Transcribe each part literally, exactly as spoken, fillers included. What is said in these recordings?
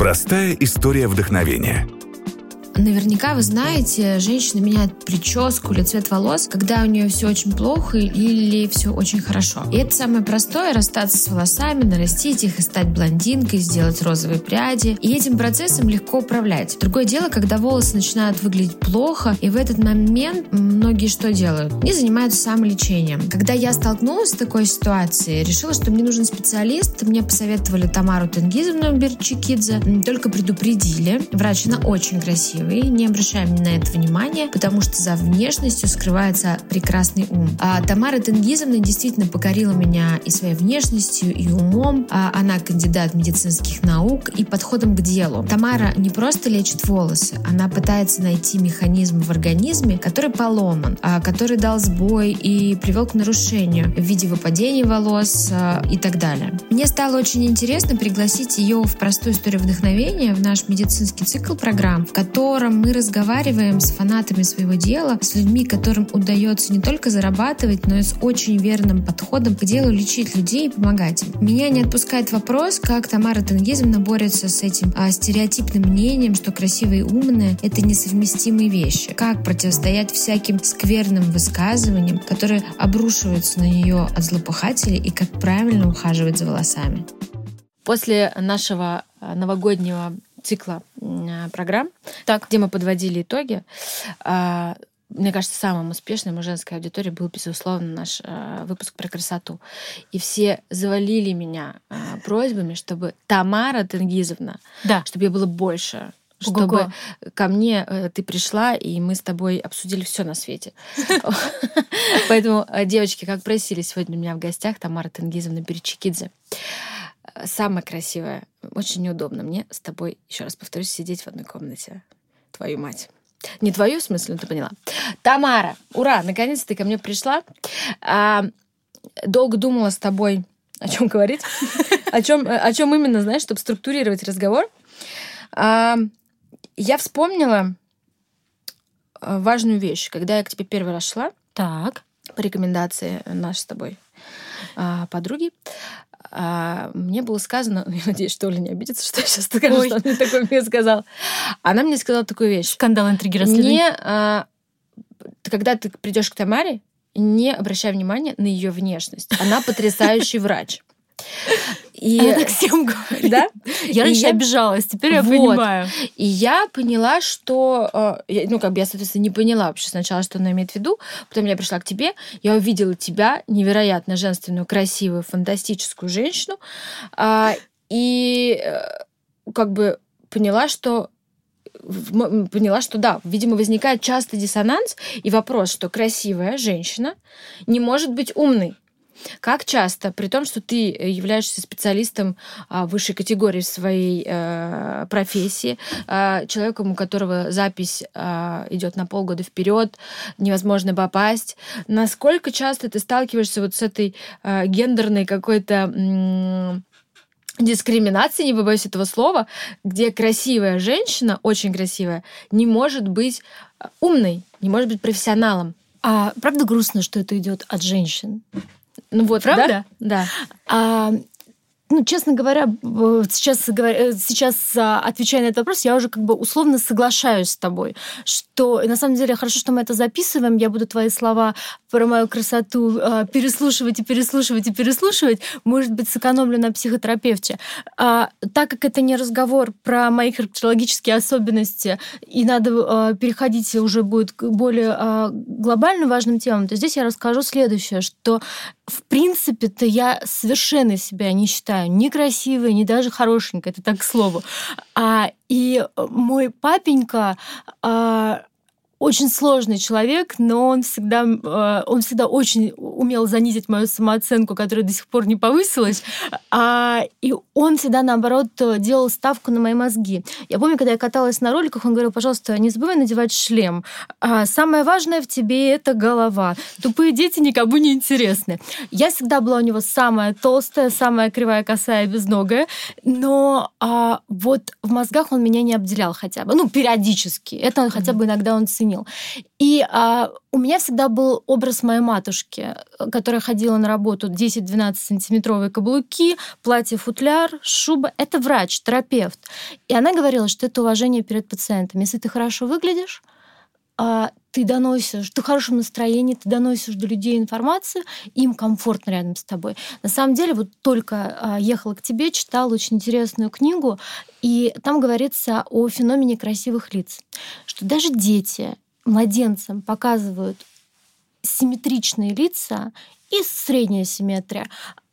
Простая история вдохновения. Наверняка вы знаете, женщина меняет прическу или цвет волос, когда у нее все очень плохо или все очень хорошо. И это самое простое — расстаться с волосами, нарастить их и стать блондинкой, сделать розовые пряди. И этим процессом легко управлять. Другое дело, когда волосы начинают выглядеть плохо, и в этот момент многие что делают? Они занимаются самолечением. Когда я столкнулась с такой ситуацией, решила, что мне нужен специалист. Мне посоветовали Тамару Тенгизовну Берчикидзе. Только предупредили. Врач, она очень красивая. И не обращаем на это внимания, потому что за внешностью скрывается прекрасный ум. А Тамара Тенгизовна действительно покорила меня и своей внешностью, и умом. А она кандидат медицинских наук и подходом к делу. Тамара не просто лечит волосы, она пытается найти механизм в организме, который поломан, который дал сбой и привел к нарушению в виде выпадения волос и так далее. Мне стало очень интересно пригласить ее в простую историю вдохновения в наш медицинский цикл программ, в котором В котором мы разговариваем с фанатами своего дела, с людьми, которым удается не только зарабатывать, но и с очень верным подходом к делу лечить людей и помогать им. Меня не отпускает вопрос, как Тамара Тенгизовна борется с этим а, стереотипным мнением, что красивые и умные — это несовместимые вещи. Как противостоять всяким скверным высказываниям, которые обрушиваются на нее от злопыхателей, и как правильно ухаживать за волосами. После нашего новогоднего цикла программ, так, где мы подводили итоги, мне кажется, самым успешным у женской аудитории был, безусловно, наш выпуск про красоту. И все завалили меня просьбами, чтобы Тамара Тенгизовна, да, чтобы ее было больше, чтобы Ого-го. ко мне ты пришла, и мы с тобой обсудили все на свете. Поэтому, девочки, как просили, сегодня у меня в гостях Тамара Тенгизовна Берчикидзе. Самая красивая. Очень неудобно мне с тобой, еще раз повторюсь, сидеть в одной комнате. Твою мать. Не твою, в смысле, ну ты поняла. Тамара, ура, наконец-то ты ко мне пришла. А, долго думала с тобой, о чем говорить. О чем, о чем именно, знаешь, чтобы структурировать разговор. А, я вспомнила важную вещь. Когда я к тебе первый раз шла, так, по рекомендации нашей с тобой подруги, А, мне было сказано, я надеюсь, что Оля не обидится, что я сейчас скажу, Ой. что она мне такое мне сказала. Она мне сказала такую вещь. Скандал, интриги, расследования. Не, а, когда ты придешь к Тамаре, не обращай внимания на ее внешность. Она потрясающий врач. И... Она так всем говорит. Да? Я раньше я... обижалась, теперь я вот. понимаю. И я поняла, что... Ну, как бы я, соответственно, не поняла вообще сначала, что она имеет в виду. Потом я пришла к тебе, я увидела тебя, невероятно женственную, красивую, фантастическую женщину. И как бы поняла, что поняла, что да, видимо, возникает часто диссонанс и вопрос, что красивая женщина не может быть умной. Как часто, при том, что ты являешься специалистом высшей категории в своей э, профессии, э, человеком, у которого запись э, идет на полгода вперед, невозможно попасть, насколько часто ты сталкиваешься вот с этой э, гендерной какой-то м- дискриминацией, не побоюсь этого слова, где красивая женщина, очень красивая, не может быть умной, не может быть профессионалом? А правда грустно, что это идет от женщин? Ну вот, правда? Да. да. А, ну, честно говоря, сейчас, сейчас, отвечая на этот вопрос, я уже как бы условно соглашаюсь с тобой, что на самом деле хорошо, что мы это записываем, я буду твои слова про мою красоту переслушивать и переслушивать и переслушивать, может быть, сэкономлю на психотерапевте. А, так как это не разговор про мои характерологические особенности, и надо а, переходить уже будет к более а, глобально важным темам, то здесь я расскажу следующее, что в принципе-то я совершенно себя не считаю ни красивой, ни даже хорошенькой, это так к слову. А, и мой папенька а, очень сложный человек, но он всегда, он всегда очень умел занизить мою самооценку, которая до сих пор не повысилась. И он всегда, наоборот, делал ставку на мои мозги. Я помню, когда я каталась на роликах, он говорил: пожалуйста, не забывай надевать шлем. Самое важное в тебе — это голова. Тупые дети никому не интересны. Я всегда была у него самая толстая, самая кривая, косая, безногая, но вот в мозгах он меня не обделял хотя бы. Ну, периодически. Это хотя бы иногда он ценил. ценил. И а, у меня всегда был образ моей матушки, которая ходила на работу десять-двенадцать сантиметровые каблуки, платье-футляр, шуба. Это врач, терапевт. И она говорила, что это уважение перед пациентом. Если ты хорошо выглядишь, а, ты доносишь, ты в хорошем настроении, ты доносишь до людей информацию, им комфортно рядом с тобой. На самом деле, вот только а, ехала к тебе, читала очень интересную книгу, и там говорится о феномене красивых лиц, что даже дети младенцам показывают симметричные лица и средняя симметрия,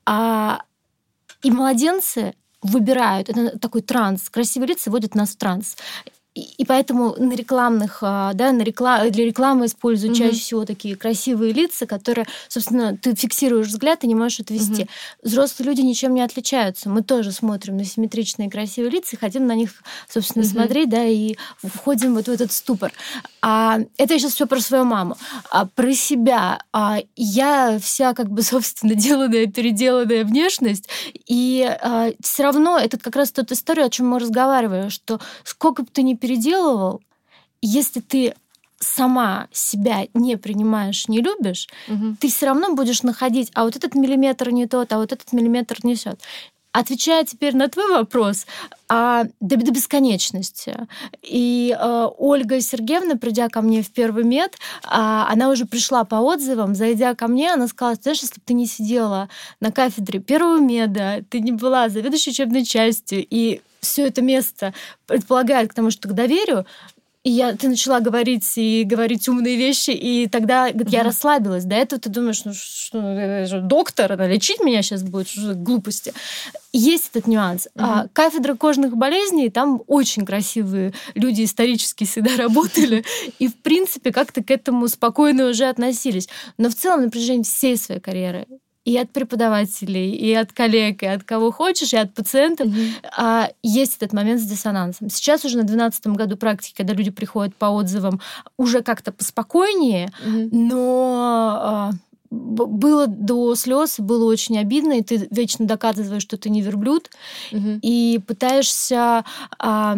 а и младенцы выбирают, это такой транс, красивые лица вводят нас в транс. И поэтому на рекламных, да, на реклам... для рекламы используют mm-hmm. чаще всего такие красивые лица, которые, собственно, ты фиксируешь взгляд и не можешь отвести. Mm-hmm. Взрослые люди ничем не отличаются. Мы тоже смотрим на симметричные красивые лица и хотим на них, собственно, mm-hmm. смотреть, да, и входим вот в этот ступор. А это я сейчас все про свою маму. А про себя. А я вся, как бы, собственно, деланная, переделанная внешность, и а, все равно это как раз тот история, о чем мы разговаривали, что сколько бы ты ни переделывал, если ты сама себя не принимаешь, не любишь, угу. ты все равно будешь находить, а вот этот миллиметр не тот, а вот этот миллиметр несет. Отвечая теперь на твой вопрос, а, до, до бесконечности. И а, Ольга Сергеевна, придя ко мне в первый мед, а, она уже пришла по отзывам, зайдя ко мне, она сказала: знаешь, если бы ты не сидела на кафедре первого меда, ты не была заведующей учебной частью, и все это место предполагает к тому, что к доверию, и я, ты начала говорить и говорить умные вещи, и тогда говорит, я mm-hmm. расслабилась. До этого ты думаешь, ну что, доктор, она лечить меня сейчас будет, что за глупости. Есть этот нюанс. Mm-hmm. А, кафедра кожных болезней, там очень красивые люди исторически всегда работали, и, в принципе, как-то к этому спокойно уже относились. Но в целом на протяжении всей своей карьеры и от преподавателей, и от коллег, и от кого хочешь, и от пациентов, mm-hmm. а, есть этот момент с диссонансом. Сейчас уже на двенадцатом году практики, когда люди приходят по отзывам, уже как-то поспокойнее, mm-hmm. но а, было до слез, было очень обидно, и ты вечно доказываешь, что ты не верблюд, mm-hmm. и пытаешься... А,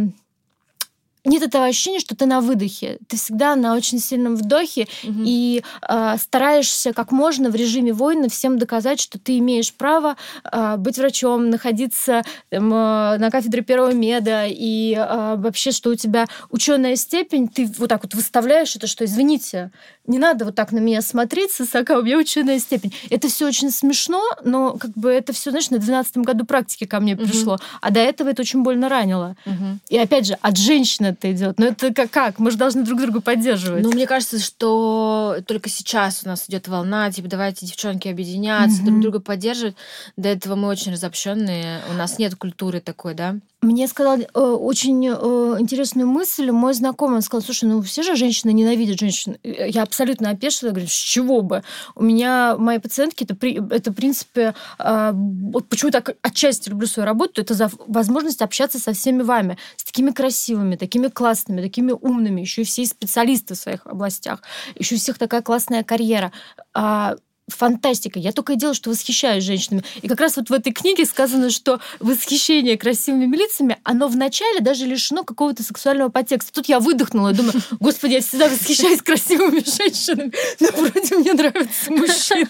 нет этого ощущения, что ты на выдохе. Ты всегда на очень сильном вдохе угу. и э, стараешься как можно в режиме войны всем доказать, что ты имеешь право э, быть врачом, находиться там, э, на кафедре первого меда, и э, вообще, что у тебя ученая степень, ты вот так вот выставляешь это, что, извините, не надо вот так на меня смотреть с высока, у меня ученая степень. Это все очень смешно, но как бы это все, знаешь, на двенадцатом году практики ко мне угу. пришло, а до этого это очень больно ранило. Угу. И опять же, от женщины это идет. Но это как, как? Мы же должны друг друга поддерживать. Ну, мне кажется, что только сейчас у нас идет волна, типа, давайте, девчонки, объединяться, mm-hmm. друг друга поддерживать. До этого мы очень разобщенные. У нас нет культуры такой, да? Мне сказал э, очень э, интересную мысль мой знакомый. Он сказал: слушай, ну все же женщины ненавидят женщин. Я абсолютно опешила. Я говорю, с чего бы? У меня мои пациентки, это, это в принципе, э, вот почему так отчасти люблю свою работу, это за возможность общаться со всеми вами, с такими красивыми, такими классными, такими умными, еще и все специалисты в своих областях, еще у всех такая классная карьера. Фантастика. Я только и делаю, что восхищаюсь женщинами. И как раз вот в этой книге сказано, что восхищение красивыми лицами, оно вначале даже лишено какого-то сексуального подтекста. Тут я выдохнула и думаю, господи, я всегда восхищаюсь красивыми женщинами, но вроде мне нравятся мужчины.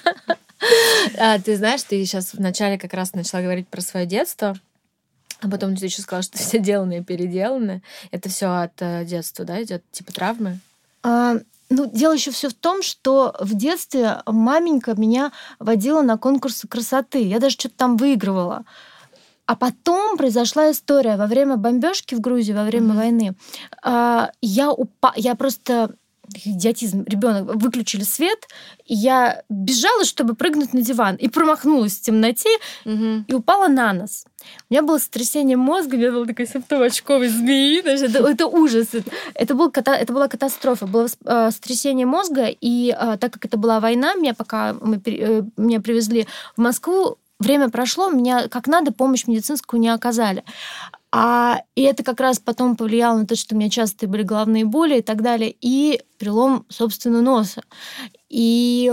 А, ты знаешь, ты сейчас вначале как раз начала говорить про свое детство, а потом ты еще сказала, что все деланное и переделанное. Это все от детства, да, идет типа травмы? А... Ну, дело еще все в том, что в детстве маменька меня водила на конкурсы красоты. Я даже что-то там выигрывала. А потом произошла история во время бомбежки в Грузии, во время mm-hmm. войны. Я, упа... я просто... идиотизм. Ребенок выключили свет, и я бежала, чтобы прыгнуть на диван, и промахнулась в темноте, угу. и упала на нос. У меня было сотрясение мозга, у меня был такой симптом очковой змеи. Это, это ужас. Это, был, это была катастрофа. Было сотрясение мозга, и так как это была война, меня пока мы, меня привезли в Москву, время прошло, меня как надо помощь медицинскую не оказали. А, и это как раз потом повлияло на то, что у меня частые были головные боли и так далее, и перелом, собственно, носа. И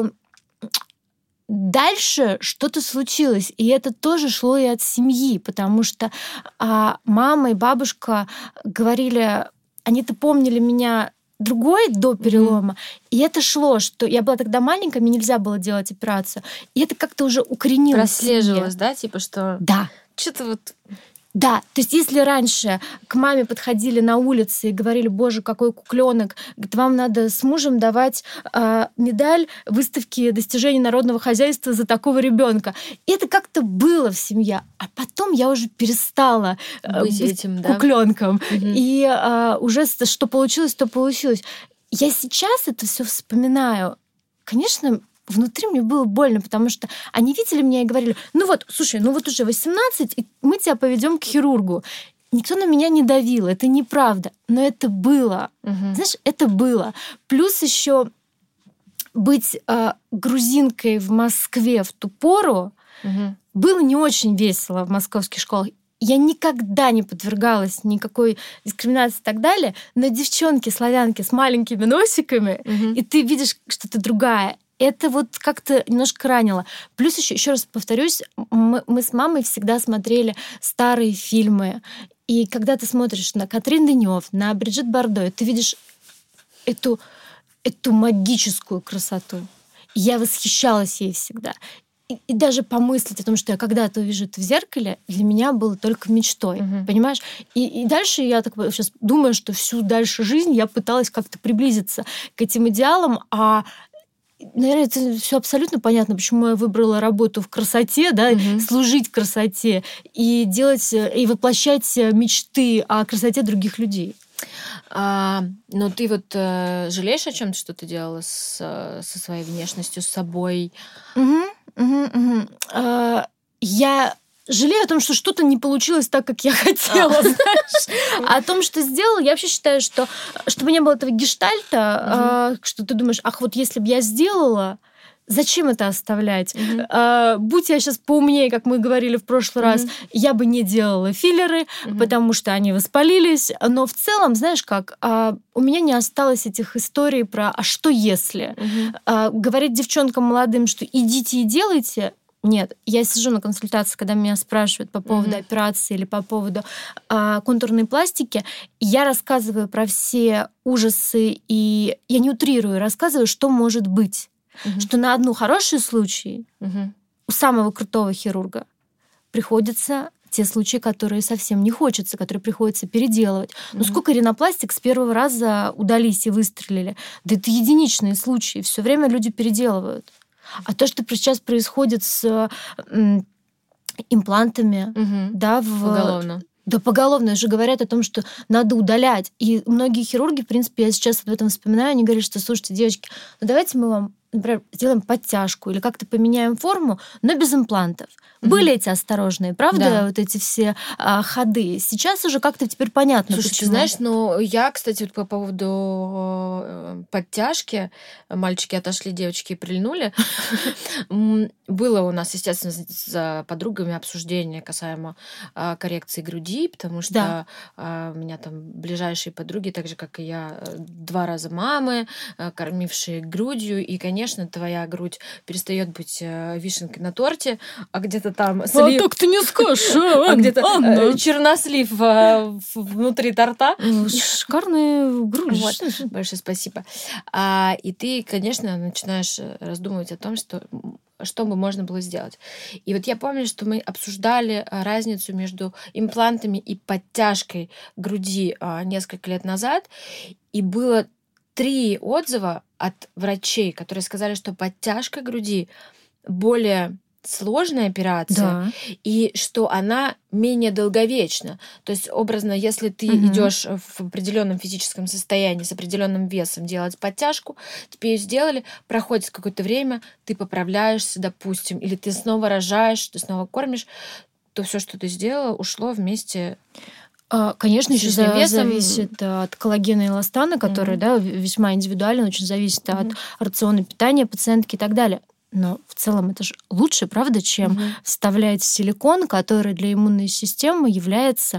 дальше что-то случилось, и это тоже шло и от семьи, потому что а, мама и бабушка говорили, они-то помнили меня другой до перелома. Mm-hmm. И это шло, что я была тогда маленькая, мне нельзя было делать операцию. И это как-то уже укоренилось. Прослеживалось, да, типа что... Да. Что-то вот... Да, то есть если раньше к маме подходили на улице и говорили, боже, какой кукленок, говорит, вам надо с мужем давать э, медаль выставки достижений народного хозяйства за такого ребенка. И это как-то было в семье. А потом я уже перестала э, быть, быть этим, да? кукленком. Угу. И э, уже что получилось, то получилось. Я сейчас это все вспоминаю. Конечно, внутри мне было больно, потому что они видели меня и говорили, ну вот, слушай, ну вот уже восемнадцать, и мы тебя поведем к хирургу. Никто на меня не давил, это неправда, но это было. Угу. Знаешь, это было. Плюс еще быть э, грузинкой в Москве в ту пору угу. было не очень весело в московских школах. Я никогда не подвергалась никакой дискриминации и так далее, но девчонки, славянки с маленькими носиками, угу. и ты видишь, что ты другая. Это вот как-то немножко ранило. Плюс еще, еще раз повторюсь, мы, мы с мамой всегда смотрели старые фильмы. И когда ты смотришь на Катрин Денёв, на Бриджит Бардо, ты видишь эту, эту магическую красоту. Я восхищалась ей всегда. И, и даже помыслить о том, что я когда-то увижу это в зеркале, для меня было только мечтой. Uh-huh. Понимаешь? И, и дальше я так сейчас думаю, что всю дальше жизнь я пыталась как-то приблизиться к этим идеалам, а наверное, это все абсолютно понятно, почему я выбрала работу в красоте, да, угу. служить красоте и делать и воплощать мечты о красоте других людей. А, но ты вот э, жалеешь о чем-то, что ты делала с, со своей внешностью, с собой? Угу, угу, угу. А, я жалею о том, что что-то не получилось так, как я хотела, а. знаешь. А о том, что сделала, я вообще считаю, что чтобы не было этого гештальта, угу. что ты думаешь, ах, вот если бы я сделала, зачем это оставлять? Угу. А, будь я сейчас поумнее, как мы говорили в прошлый угу. раз, я бы не делала филлеры, угу. потому что они воспалились. Но в целом, знаешь как, а, у меня не осталось этих историй про «а что если?». Угу. А, говорить девчонкам молодым, что идите и делайте. Нет, я сижу на консультации, когда меня спрашивают по поводу mm-hmm. операции или по поводу а, контурной пластики, я рассказываю про все ужасы, и я не утрирую, рассказываю, что может быть. Mm-hmm. Что на одну хороший случай mm-hmm. у самого крутого хирурга приходится те случаи, которые совсем не хочется, которые приходится переделывать. Mm-hmm. Но сколько ринопластик с первого раза удались и выстрелили? Да это единичные случаи, все время люди переделывают. А то, что сейчас происходит с м, имплантами, угу. да, в... Поголовно. Да, поголовно уже говорят о том, что надо удалять. И многие хирурги, в принципе, я сейчас об этом вспоминаю, они говорят, что, слушайте, девочки, ну давайте мы вам, например, сделаем подтяжку или как-то поменяем форму, но без имплантов. Mm-hmm. Были эти осторожные, правда, да. вот эти все а, ходы. Сейчас уже как-то теперь понятно, Слушай, почему. ты знаешь, ну я, кстати, вот по поводу подтяжки, мальчики отошли, девочки прильнули. Было у нас, естественно, за подругами обсуждение касаемо коррекции груди, потому что да. у меня там ближайшие подруги, так же, как и я, два раза мамы, кормившие грудью, и, конечно, твоя грудь перестает быть вишенкой на торте, а где-то там слив... А так ты не скажешь, а где-то Анна. чернослив внутри торта. Шикарная грудь. Вот. Большое спасибо. А, и ты, конечно, начинаешь раздумывать о том, что что бы можно было сделать. И вот я помню, что мы обсуждали разницу между имплантами и подтяжкой груди несколько лет назад, и было три отзыва от врачей, которые сказали, что подтяжка груди более сложная операция, да. и что она менее долговечна. То есть, образно, если ты угу. идешь в определенном физическом состоянии с определенным весом делать подтяжку, тебе ее сделали, проходит какое-то время, ты поправляешься, допустим, или ты снова рожаешь, ты снова кормишь, то все, что ты сделала, ушло вместе. Конечно, еще за, зависит от коллагена и эластана, который mm-hmm. да, весьма индивидуален, очень зависит mm-hmm. от рациона питания пациентки и так далее. Но в целом это же лучше, правда, чем mm-hmm. вставлять силикон, который для иммунной системы является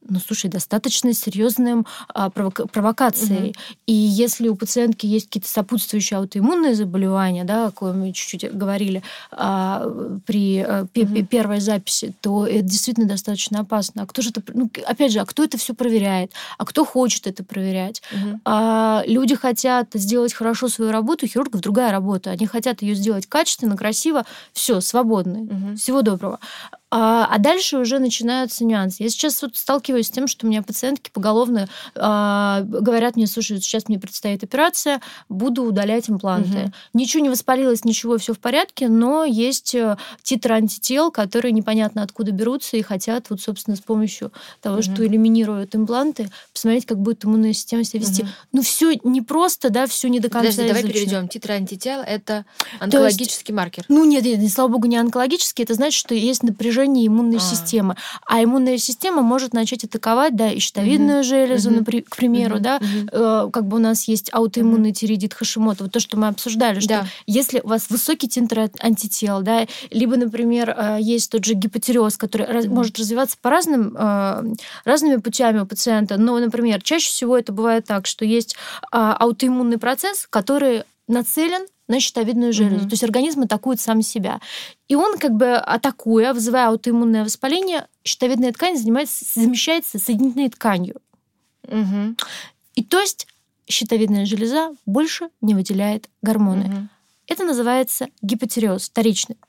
ну, слушай, достаточно серьезным а, провока- провокацией. Угу. И если у пациентки есть какие-то сопутствующие аутоиммунные заболевания, да, о коем мы чуть-чуть говорили а, при а, п- угу. первой записи, то это действительно достаточно опасно. А кто же это, ну, опять же, а кто это все проверяет? А кто хочет это проверять? Угу. А, люди хотят сделать хорошо свою работу, у хирургов другая работа. Они хотят ее сделать качественно, красиво, все, свободны. Угу. Всего доброго. А, а дальше уже начинаются нюансы. Я сейчас вот сталкиваюсь с тем, что у меня пациентки поголовно а, говорят мне: слушай, сейчас мне предстоит операция, буду удалять импланты. Угу. Ничего не воспалилось, ничего, все в порядке, но есть титры антител, которые непонятно откуда берутся и хотят вот, собственно, с помощью того, угу. что элиминируют импланты, посмотреть, как будет иммунная система себя вести. Угу. Ну, все непросто, да, все не до конца изучено. Давай переведем. Титры антител — это онкологический есть, маркер. Ну, нет, нет, слава богу, не онкологический. Это значит, что есть напряжение иммунной а. системы. А иммунная система может начать атаковать, да, и щитовидную uh-huh. железу, uh-huh. напри- к примеру, uh-huh. да, uh-huh. э, как бы у нас есть аутоиммунный uh-huh. тиреоидит Хашимото, вот то, что мы обсуждали, что да. если у вас высокий титр антител, да, либо, например, э, есть тот же гипотереоз, который uh-huh. раз, может развиваться по разным, э, разными путями у пациента, но, например, чаще всего это бывает так, что есть э, аутоиммунный процесс, который нацелен на щитовидную железу. Mm-hmm. То есть организм атакует сам себя. И он, как бы атакуя, вызывая аутоиммунное воспаление, щитовидная ткань занимается, замещается соединительной тканью. Mm-hmm. И то есть щитовидная железа больше не выделяет гормоны. Mm-hmm. Это называется гипотереоз, вторичный.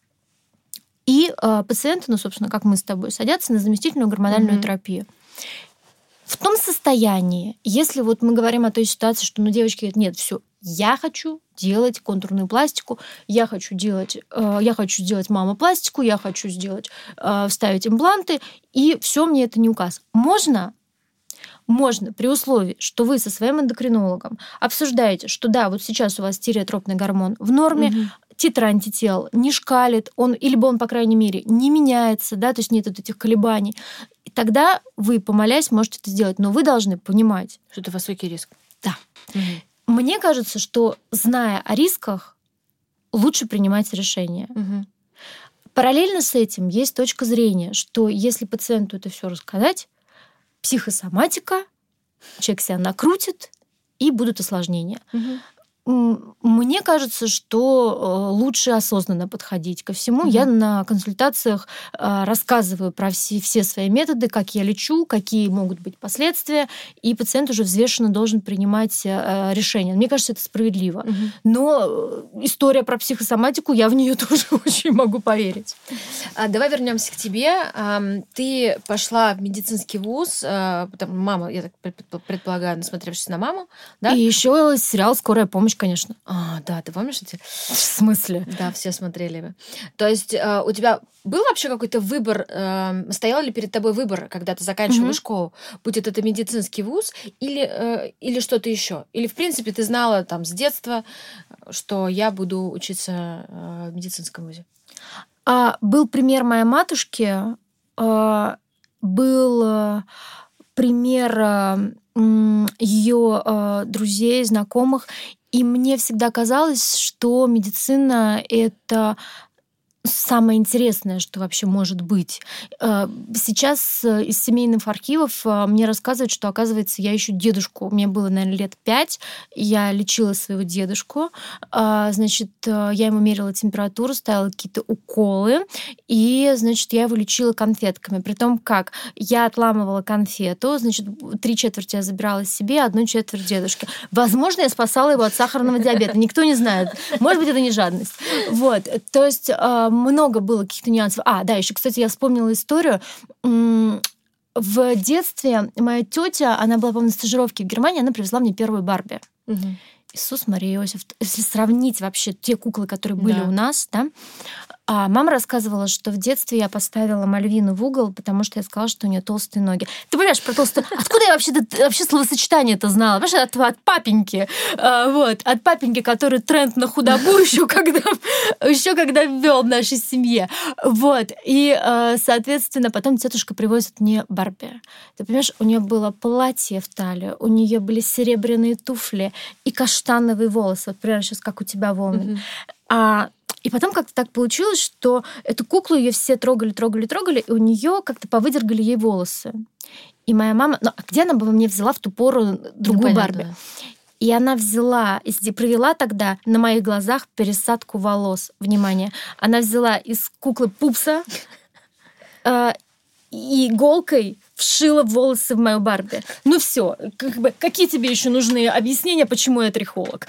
И э, пациенты, ну, собственно, как мы с тобой, садятся на заместительную гормональную mm-hmm. терапию. В том состоянии, если вот мы говорим о той ситуации, что, ну, девочки говорят: нет, все, я хочу делать контурную пластику, я хочу делать, э, я хочу сделать мамопластику, я хочу сделать, э, вставить импланты, и все, мне это не указ. Можно? Можно, при условии, что вы со своим эндокринологом обсуждаете, что да, вот сейчас у вас тиреотропный гормон в норме, угу. титр антител не шкалит, он, либо он, по крайней мере, не меняется, да, то есть нет вот этих колебаний. И тогда вы, помолясь, можете это сделать. Но вы должны понимать, что это высокий риск. Да. Угу. Мне кажется, что, зная о рисках, лучше принимать решение. Угу. Параллельно с этим есть точка зрения, что если пациенту это все рассказать, психосоматика, человек себя накрутит, и будут осложнения. Угу. Мне кажется, что лучше осознанно подходить ко всему. Угу. Я на консультациях рассказываю про все, все свои методы, как я лечу, какие могут быть последствия, и пациент уже взвешенно должен принимать решение. Мне кажется, это справедливо. Угу. Но история про психосоматику, я в нее тоже очень могу поверить. Давай вернемся к тебе. Ты пошла в медицинский вуз, потому, мама, я так предполагаю, насмотревшись на маму, да? И еще сериал «Скорая помощь», конечно. А, да, ты помнишь эти? В смысле? Да, все смотрели. То есть э, у тебя был вообще какой-то выбор, э, стоял ли перед тобой выбор, когда ты заканчивала mm-hmm. школу, будет это медицинский вуз или, э, или что-то еще? Или, в принципе, ты знала там с детства, что я буду учиться э, в медицинском вузе? А, был пример моей матушки, а, был а, пример а, ее а, друзей, знакомых. И мне всегда казалось, что медицина — это самое интересное, что вообще может быть. Сейчас из семейных архивов мне рассказывают, что, оказывается, я ищу дедушку. Мне было, наверное, лет пять. Я лечила своего дедушку. Значит, я ему мерила температуру, ставила какие-то уколы. И, значит, я его лечила конфетками. При том, как я отламывала конфету, значит, три четверти я забирала себе, одну четверть дедушке. Возможно, я спасала его от сахарного диабета. Никто не знает. Может быть, это не жадность. Вот. То есть много было каких-то нюансов. А, да, еще, кстати, я вспомнила историю. В детстве моя тетя, она была, по-моему, на стажировке в Германии, она привезла мне первую Барби. Угу. Иисус, Мария, Иосиф. Если сравнить вообще те куклы, которые были да. у нас, да, а мама рассказывала, что в детстве я поставила Мальвину в угол, потому что я сказала, что у нее толстые ноги. Ты понимаешь, про толстые... Откуда я вообще, вообще словосочетание это знала? Понимаешь, от, от папеньки. А, вот, от папеньки, который тренд на худобу еще когда, еще когда ввел в нашей семье. Вот. И, соответственно, потом тетушка привозит мне Барби. Ты понимаешь, у нее было платье в талию, у нее были серебряные туфли и каштановые волосы. Вот, например, сейчас как у тебя волны. А, и потом как-то так получилось, что эту куклу ее все трогали, трогали, трогали, и у нее как-то повыдергали ей волосы. И моя мама... Ну, а где она бы мне взяла в ту пору другую Ну, Барби? понятно. И она взяла, и провела тогда на моих глазах пересадку волос. Внимание. Она взяла из куклы Пупса э, и иголкой вшила волосы в мою Барби. Ну все, как бы, какие тебе еще нужны объяснения, почему я трихолог?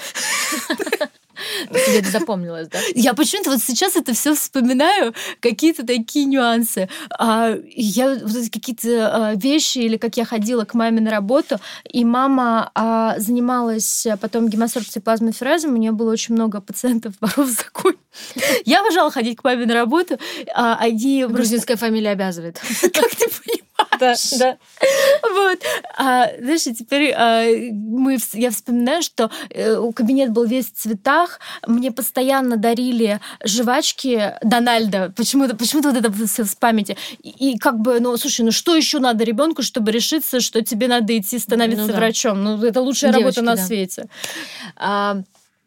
Тебе это запомнилось, да? Я почему-то вот сейчас это все вспоминаю, какие-то такие нюансы. А, я вот эти какие-то а, вещи, или как я ходила к маме на работу, и мама а, занималась потом гемосорбцией плазмоферезом, у нее было очень много пациентов воров в законе. Я обожала ходить к маме на работу, а они... Грузинская фамилия обязывает. Как ты понимаешь? Да, да. Вот. А, знаешь, и теперь а, мы, я вспоминаю, что э, кабинет был весь в цветах, мне постоянно дарили жвачки Дональда. Почему-то, почему-то вот это все в памяти. И, и как бы, ну, слушай, ну что еще надо ребенку, чтобы решиться, что тебе надо идти становиться Ну да. врачом? Ну, это лучшая Девочки, работа на да. свете. А,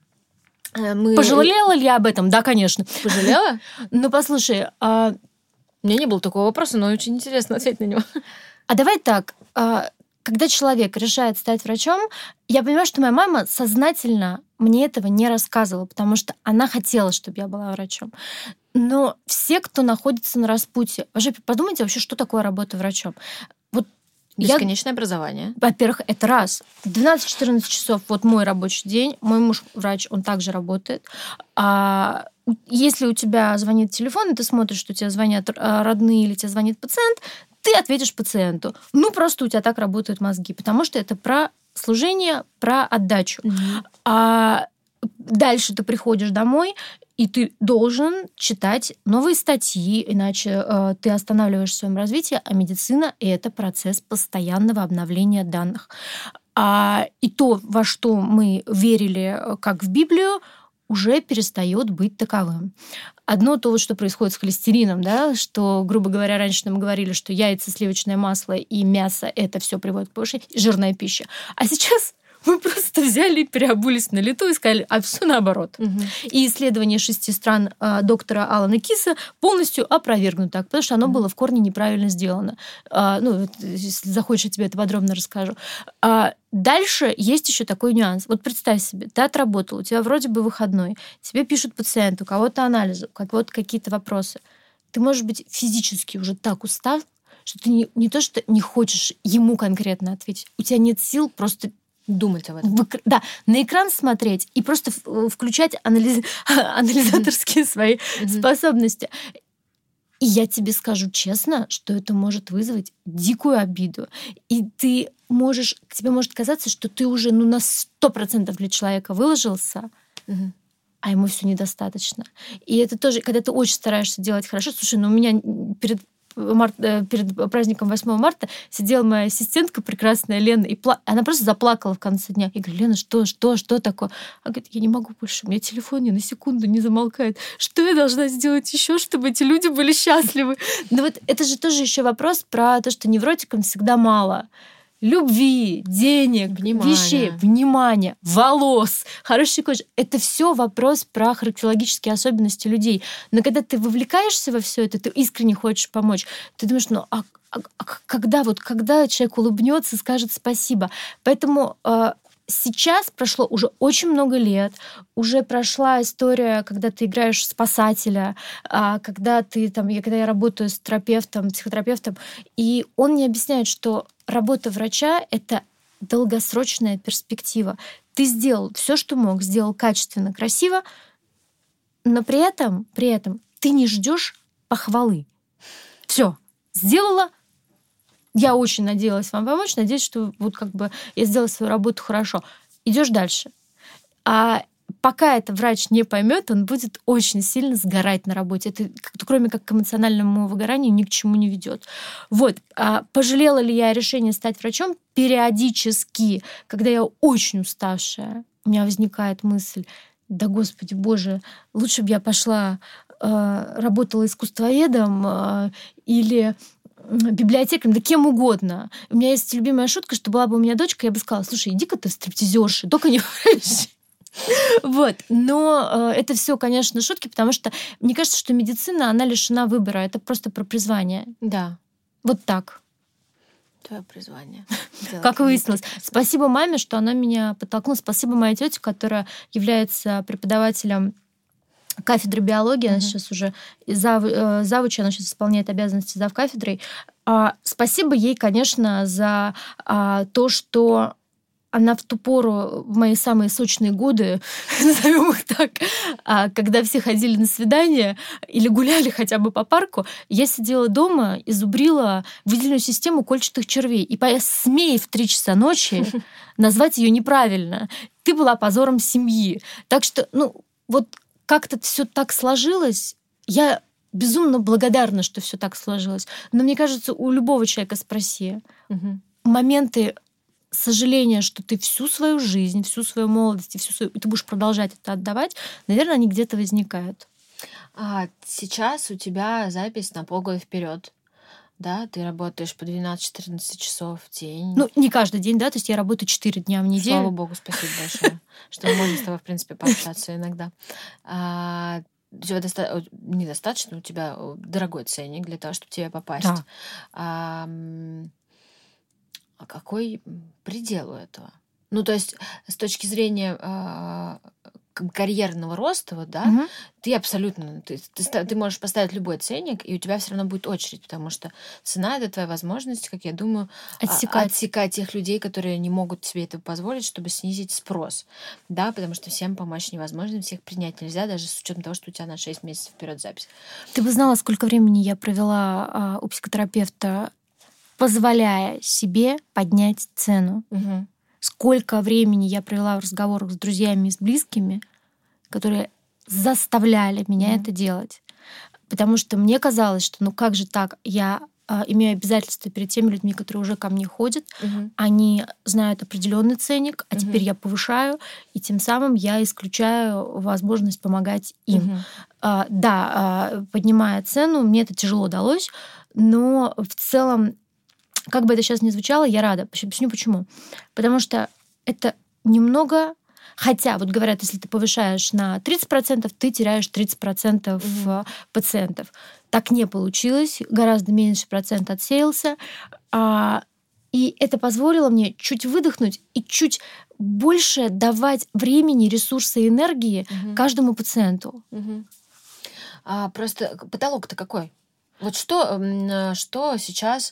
э, мы... Пожалела ли я об этом? Да, конечно. Пожалела? Ну, послушай, а, У меня не было такого вопроса, но очень интересно ответить на него. а давай так. а, Когда человек решает стать врачом, я понимаю, что моя мама сознательно мне этого не рассказывала, потому что она хотела, чтобы я была врачом. Но все, кто находится на распутье, вообще подумайте вообще, что такое работа врачом. Вот я, Бесконечное образование. во-первых, это раз. двенадцать-четырнадцать часов вот мой рабочий день. Мой муж врач, он также работает. А если у тебя звонит телефон, и ты смотришь, что тебе звонят а, родные или тебе звонит пациент, ты ответишь пациенту. Ну, просто у тебя так работают мозги, потому что это про служение, про отдачу. Мгм. А дальше ты приходишь домой, и ты должен читать новые статьи, иначе э, ты останавливаешь в своем развитии, а медицина — это процесс постоянного обновления данных. А, и то, во что мы верили, э, как в Библию, уже перестает быть таковым. Одно то, вот, что происходит с холестерином, да, что, грубо говоря, раньше нам говорили, что яйца, сливочное масло и мясо — это все приводит к повышению, жирная пища. А сейчас мы просто взяли, переобулись на лету и сказали, а все наоборот. Мгм. И исследование шести стран а, доктора Алана Киса полностью опровергнуто так, потому что оно Мгм. было в корне неправильно сделано. А, ну, вот, если захочешь, я тебе это подробно расскажу. А, дальше есть еще такой нюанс. Вот представь себе, ты отработал, у тебя вроде бы выходной, тебе пишут пациенты, у кого-то анализы, у кого-то какие-то вопросы. Ты, можешь быть, физически уже так устал, что ты не, не то, что не хочешь ему конкретно ответить, у тебя нет сил просто Думать об этом. в эк- да, на экран смотреть и просто в- включать анализ- анализаторские свои Мгм. способности. И я тебе скажу честно, что это может вызвать дикую обиду. И ты можешь, тебе может казаться, что ты уже ну, на сто процентов для человека выложился, Мгм. а ему все недостаточно. И это тоже, когда ты очень стараешься делать хорошо. Слушай, ну у меня перед март- э, перед праздником восьмого марта сидела моя ассистентка прекрасная Лена, и пла- она просто заплакала в конце дня. Я говорю, Лена, что, что, что такое? Она говорит, я не могу больше, у меня телефон ни на секунду не замолкает. Что я должна сделать еще, чтобы эти люди были счастливы? Но вот это же тоже еще вопрос про то, что невротикам всегда мало любви, денег, Внимания. вещей, внимания, волос, хорошей кожи. Это все вопрос про характерологические особенности людей. Но когда ты вовлекаешься во все это, ты искренне хочешь помочь, ты думаешь, ну а, а- а когда вот когда человек улыбнется, скажет спасибо. Поэтому э, сейчас прошло уже очень много лет, уже прошла история, когда ты играешь в спасателя, а, когда ты там, я, когда я работаю с терапевтом, психотерапевтом, и он мне объясняет, что работа врача — это долгосрочная перспектива. Ты сделал все, что мог, сделал качественно, красиво, но при этом, при этом ты не ждешь похвалы. Все, сделала. Я очень надеялась вам помочь, надеюсь, что вот как бы я сделала свою работу хорошо. Идешь дальше. А пока это врач не поймет, он будет очень сильно сгорать на работе. Это, как- кроме как к эмоциональному выгоранию, ни к чему не ведет. Вот. А пожалела ли я решение стать врачом? Периодически, когда я очень уставшая, у меня возникает мысль, да господи боже, лучше бы я пошла, э, работала искусствоведом э, или м, библиотекарем, да кем угодно. У меня есть любимая шутка, что была бы у меня дочка, я бы сказала, слушай, иди-ка ты в стриптизерши, только не врачи. Вот. Но э, это все, конечно, шутки, потому что мне кажется, что медицина, она лишена выбора. Это просто про призвание. Да. Вот так. Твое призвание. Как выяснилось. Спасибо маме, что она меня подтолкнула. Спасибо моей тете, которая является преподавателем кафедры биологии. Она uh-huh. сейчас уже зав, э, завуч, она сейчас исполняет обязанности завкафедрой. А, спасибо ей, конечно, за а, то, что она в ту пору, в мои самые сочные годы, назовем их так, когда все ходили на свидания или гуляли хотя бы по парку, я сидела дома и зубрила выделенную систему кольчатых червей. И посмей в три часа ночи назвать ее неправильно. Ты была позором семьи. Так что, ну, вот как-то все так сложилось. Я безумно благодарна, что все так сложилось. Но мне кажется, у любого человека, спроси, угу. моменты сожаление, что ты всю свою жизнь, всю свою молодость, и всю свою... и ты будешь продолжать это отдавать, наверное, они где-то возникают. А сейчас у тебя запись на полгода вперед. Да, ты работаешь по двенадцать-четырнадцать часов в день. Ну, не каждый день, да, то есть я работаю четыре дня в неделю. Слава богу, спасибо большое, что мы можем с тобой, в принципе, пообщаться иногда. У тебя доста... недостаточно, у тебя дорогой ценник для того, чтобы тебе попасть. Да. А... А какой предел у этого? Ну, то есть, с точки зрения э, карьерного роста, вот, да, угу. ты абсолютно, ты, ты, ты можешь поставить любой ценник, и у тебя все равно будет очередь, потому что цена — это твоя возможность, как я думаю, отсекать. отсекать тех людей, которые не могут себе это позволить, чтобы снизить спрос, да, потому что всем помочь невозможно, всех принять нельзя, даже с учетом того, что у тебя на шесть месяцев вперед запись. Ты бы знала, сколько времени я провела а, у психотерапевта, позволяя себе поднять цену. Угу. Сколько времени я провела в разговорах с друзьями и с близкими, которые заставляли меня угу. это делать. Потому что мне казалось, что ну как же так, я э, имею обязательства перед теми людьми, которые уже ко мне ходят, угу. они знают определенный ценник, а угу. теперь я повышаю, и тем самым я исключаю возможность помогать им. Угу. Э, да, э, поднимая цену, мне это тяжело далось, но в целом, как бы это сейчас ни звучало, я рада. Объясню почему. Потому что это немного... Хотя, вот говорят, если ты повышаешь на тридцать процентов, ты теряешь тридцать процентов mm-hmm. пациентов. Так не получилось. Гораздо меньше процент отсеялся. И это позволило мне чуть выдохнуть и чуть больше давать времени, ресурса и энергии mm-hmm. каждому пациенту. Mm-hmm. А просто потолок-то какой? Вот что, что сейчас,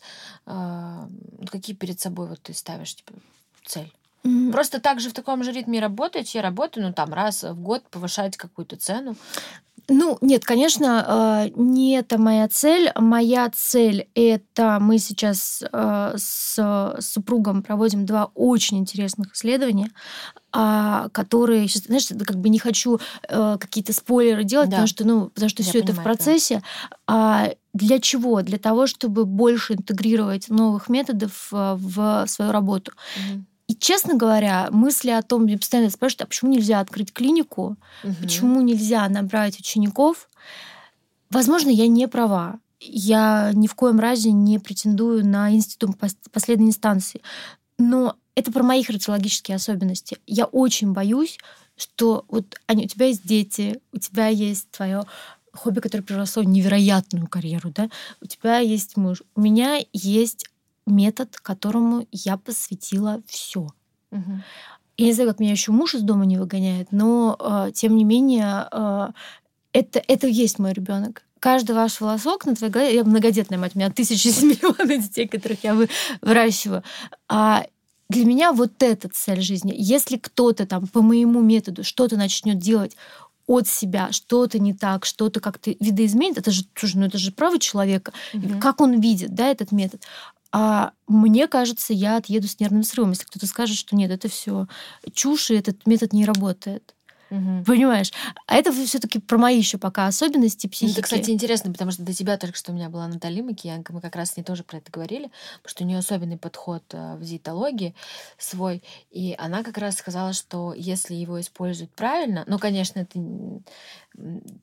какие перед собой вот ты ставишь типа, цель? Mm-hmm. Просто так же в таком же ритме работать, я работаю, ну там раз в год повышать какую-то цену. Ну, нет, конечно, не это моя цель. Моя цель — это мы сейчас с супругом проводим два очень интересных исследования, которые, сейчас, знаешь, как бы не хочу какие-то спойлеры делать, да. потому что, ну, потому что все это в процессе. Да. Для чего? Для того, чтобы больше интегрировать новых методов в свою работу. Угу. И, честно говоря, мысли о том, мне постоянно спрашивают, а почему нельзя открыть клинику, угу. почему нельзя набрать учеников, возможно, я не права. Я ни в коем разе не претендую на институт последней инстанции. Но это про мои характерологические особенности. Я очень боюсь, что вот, Аня, у тебя есть дети, у тебя есть твое хобби, которое переросло в невероятную карьеру, да? У тебя есть муж. У меня есть метод, которому я посвятила все. Угу. Я не знаю, как меня еще муж из дома не выгоняет, но э, тем не менее э, это, это и есть мой ребенок. Каждый ваш волосок на твоей голове, я многодетная мать, у меня тысячи миллионов детей, которых я выращиваю. А для меня вот эта цель жизни. Если кто-то там по моему методу что-то начнет делать от себя, что-то не так, что-то как-то видоизменит, это же, слушай, ну это же право человека, mm-hmm. как он видит, да, этот метод. А мне кажется, я отъеду с нервным срывом, если кто-то скажет, что нет, это все чушь, и этот метод не работает. Угу. Понимаешь? А это все-таки про мои еще пока особенности психики. Это, кстати, интересно, потому что до тебя только что у меня была Наталья Макиянко, мы как раз с ней тоже про это говорили, потому что у нее особенный подход в диетологии свой, и она как раз сказала, что если его использовать правильно, ну, конечно, это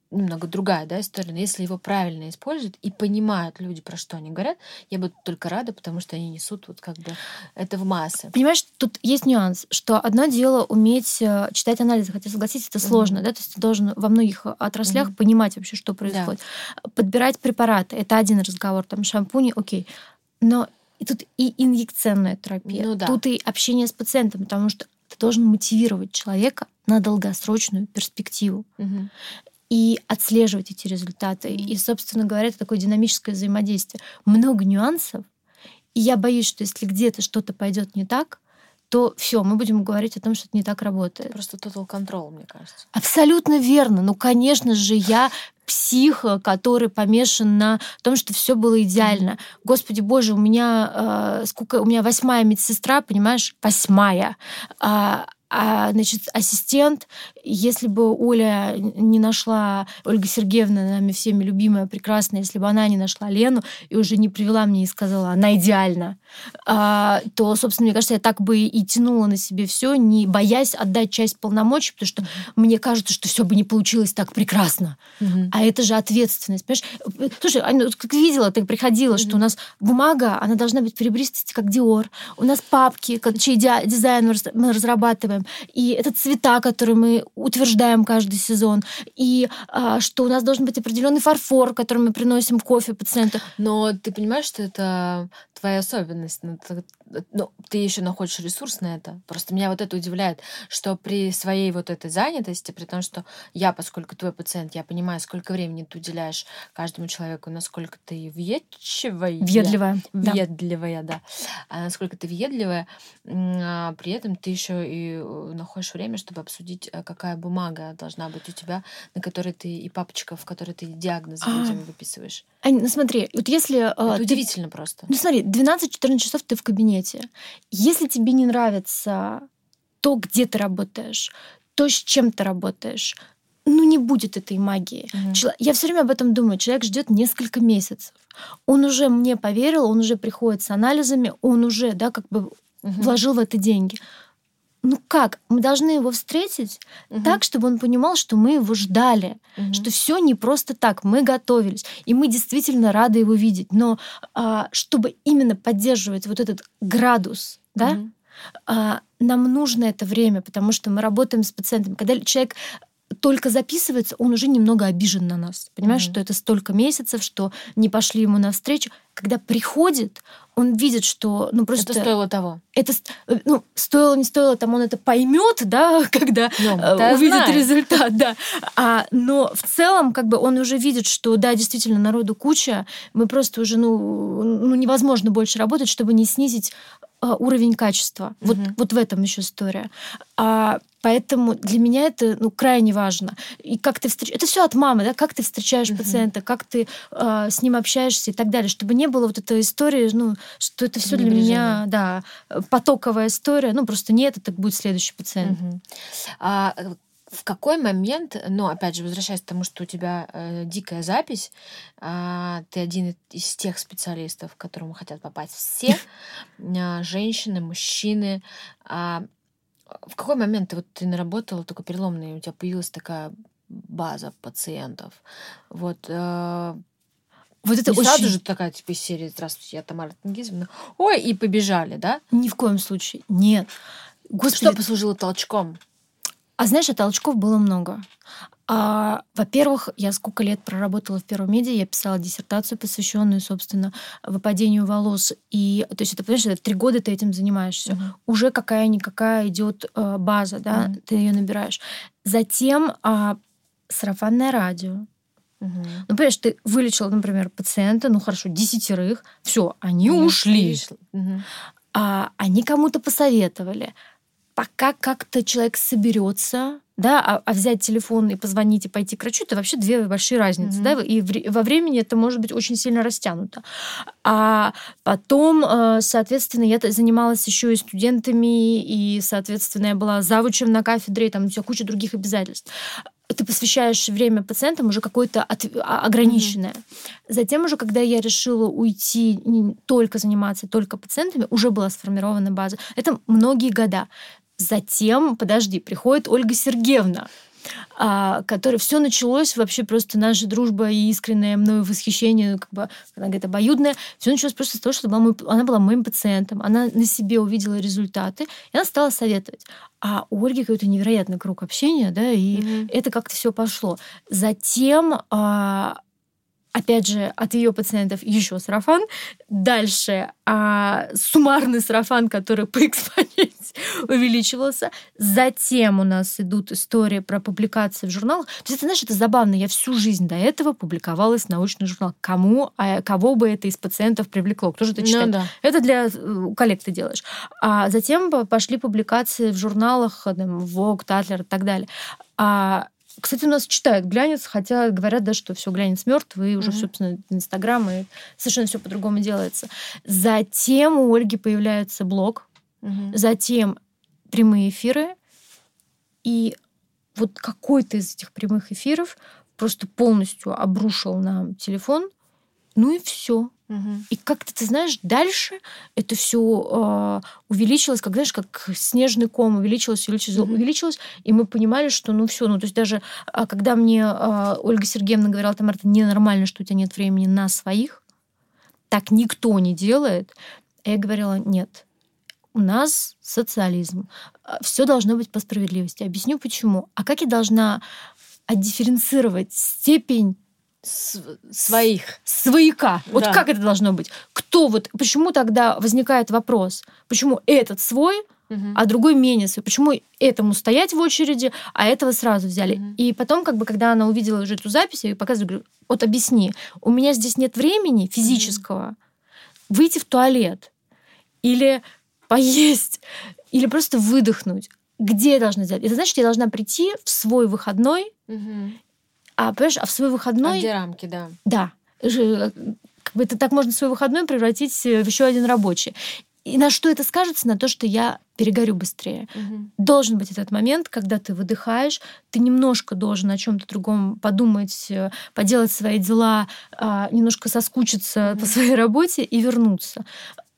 немного другая, да, история, но если его правильно используют и понимают люди, про что они говорят, я буду только рада, потому что они несут вот как бы это в массы. Понимаешь, тут есть нюанс, что одно дело уметь э, читать анализы, хотя, согласитесь, это сложно, mm-hmm. да, то есть ты должен во многих отраслях mm-hmm. понимать вообще, что происходит. Да. Подбирать препараты — это один разговор, там шампуни, окей, но и тут и инъекционная терапия, ну, да. тут и общение с пациентом, потому что ты должен мотивировать человека на долгосрочную перспективу. Mm-hmm. И отслеживать эти результаты. Mm-hmm. И, собственно говоря, это такое динамическое взаимодействие. Много нюансов. И я боюсь, что если где-то что-то пойдет не так, то все, мы будем говорить о том, что это не так работает. Просто total control, мне кажется. Абсолютно верно. Ну, конечно же, я псих, который помешан на том, что все было идеально. Mm-hmm. Господи боже, у меня э, сколько, у меня восьмая медсестра, понимаешь, восьмая. А, А, значит, ассистент, если бы Оля не нашла, Ольга Сергеевна, нами всеми любимая, прекрасная, если бы она не нашла Лену и уже не привела мне и сказала, она идеальна, а, то, собственно, мне кажется, я так бы и тянула на себе все, не боясь отдать часть полномочий, потому что mm-hmm. мне кажется, что все бы не получилось так прекрасно. Mm-hmm. А это же ответственность, понимаешь? Слушай, Аня, как видела, ты приходила, mm-hmm. что у нас бумага, она должна быть серебристости, как Диор. У нас папки, чей дизайн мы разрабатываем. И это цвета, которые мы утверждаем каждый сезон. И а, что у нас должен быть определенный фарфор, который мы приносим кофе пациенту. Но ты понимаешь, что это твоя особенность. Ну, ты еще находишь ресурс на это. Просто меня вот это удивляет, что при своей вот этой занятости, при том, что я, поскольку твой пациент, я понимаю, сколько времени ты уделяешь каждому человеку, насколько ты въедливая. Въедливая. Въедливая, да. да. А насколько ты въедливая, а при этом ты еще и находишь время, чтобы обсудить, какая бумага должна быть у тебя, на которой ты, и папочка, в которой ты диагнозы людям выписываешь. Ань, ну смотри, вот если... Это ты... удивительно просто. Ну смотри, двенадцать-четырнадцать часов ты в кабинете. Если тебе не нравится то, где ты работаешь, то, с чем ты работаешь, ну не будет этой магии. Mm-hmm. Чело... Я все время об этом думаю. Человек ждет несколько месяцев. Он уже мне поверил, он уже приходит с анализами, он уже, да, как бы mm-hmm. вложил в это деньги. Ну как? Мы должны его встретить uh-huh. так, чтобы он понимал, что мы его ждали, uh-huh. что все не просто так, мы готовились, и мы действительно рады его видеть. Но а, чтобы именно поддерживать вот этот градус, да, uh-huh. а, нам нужно это время, потому что мы работаем с пациентами. Когда человек только записывается, он уже немного обижен на нас. Понимаешь, uh-huh. что это столько месяцев, что не пошли ему навстречу. Когда приходит, он видит, что ну просто это стоило того. Это ну стоило, не стоило, там он это поймет, да, когда ну, увидит знает. результат, да. А, но в целом, как бы он уже видит, что да, действительно народу куча, мы просто уже ну, ну невозможно больше работать, чтобы не снизить а, уровень качества. Uh-huh. Вот вот в этом еще история. А Поэтому для меня это ну, крайне важно. И как ты встреч... Это все от мамы, да, как ты встречаешь uh-huh. пациента, как ты э, с ним общаешься и так далее, чтобы не было вот этой истории, ну, что это все для меня, да, потоковая история. Ну, просто нет, это будет следующий пациент. Uh-huh. А в какой момент, ну, опять же, возвращаясь к тому, что у тебя э, дикая запись, э, ты один из тех специалистов, к которому хотят попасть все, э, женщины, мужчины, э, в какой момент ты, вот, ты наработала только переломный, у тебя появилась такая база пациентов? Вот, э, вот это не очень... сразу же такая типа из серии «Здравствуйте, я Тамара Тенгизовна». Ой, и побежали, да? Ни в коем случае. Нет. Господи. Что послужило толчком? А знаешь, а толчков было много. А, во-первых, я сколько лет проработала в Первом медиа, я писала диссертацию, посвященную, собственно, выпадению волос. И, то есть, это, понимаешь, это три года ты этим занимаешься. Uh-huh. Уже какая-никакая идет а, база, да, uh-huh. ты ее набираешь. Затем а, сарафанное радио. Uh-huh. Ну, понимаешь, ты вылечила, например, пациента, ну хорошо, десятерых, все, они uh-huh. ушли. Uh-huh. А, они кому-то посоветовали. Пока как-то человек соберется, да, а, а взять телефон и позвонить и пойти к врачу, это вообще две большие разницы, mm-hmm. да, и в, во времени это может быть очень сильно растянуто. А потом, соответственно, я занималась еще и студентами, и, соответственно, я была завучем на кафедре, и там все куча других обязательств. Ты посвящаешь время пациентам уже какое-то от... ограниченное. Mm-hmm. Затем уже, когда я решила уйти, не только заниматься только пациентами, уже была сформирована база. Это многие года. Затем, подожди, приходит Ольга Сергеевна. а, который все началось вообще просто наша дружба и искреннее мною восхищение, как бы, она говорит, обоюдное. Все началось просто с того, что была мой, она была моим пациентом, она на себе увидела результаты, и она стала советовать. А у Ольги какой-то невероятный круг общения, да, и mm-hmm. это как-то все пошло. Затем а, опять же, от ее пациентов еще сарафан. Дальше а, суммарный сарафан, который по экспоненте увеличивался. Затем у нас идут истории про публикации в журналах. То есть, это, знаешь, это забавно. Я всю жизнь до этого публиковалась в научных журналах. Кому, а кого бы это из пациентов привлекло? Кто же это читает? Ну, да. Это для коллег ты делаешь. А затем пошли публикации в журналах, там, Vogue, Tatler и так далее. А кстати, у нас читают глянец, хотя говорят, да, что все глянец мертвый, и уже, mm-hmm. собственно, Инстаграм, и совершенно все по-другому делается. Затем у Ольги появляется блог, mm-hmm. затем прямые эфиры, и вот какой-то из этих прямых эфиров просто полностью обрушил нам телефон, ну и все. Угу. И как-то, ты знаешь, дальше это все э, увеличилось, как, знаешь, как снежный ком увеличилось, увеличилось, угу. увеличилось, и мы понимали, что ну все, ну то есть даже э, когда мне э, Ольга Сергеевна говорила, Тамара, это ненормально, что у тебя нет времени на своих, так никто не делает. А я говорила, нет, у нас социализм, все должно быть по справедливости. Объясню почему. А как я должна отдифференцировать степень своих. Свояка. Вот да. как это должно быть? Кто вот... Почему тогда возникает вопрос? Почему этот свой, угу. а другой менее свой? Почему этому стоять в очереди, а этого сразу взяли? Угу. И потом, как бы, когда она увидела уже эту запись, я ей показываю, говорю, вот объясни, у меня здесь нет времени физического угу. выйти в туалет или поесть, или просто выдохнуть. Где я должна сделать? Это значит, я должна прийти в свой выходной угу. А, понимаешь, а в свой выходной... А где рамки, да. Да. Как бы это так можно свой выходной превратить в еще один рабочий. И на что это скажется? На то, что я перегорю быстрее. Угу. Должен быть этот момент, когда ты выдыхаешь, ты немножко должен о чем-то другом подумать, поделать свои дела, немножко соскучиться угу. по своей работе и вернуться.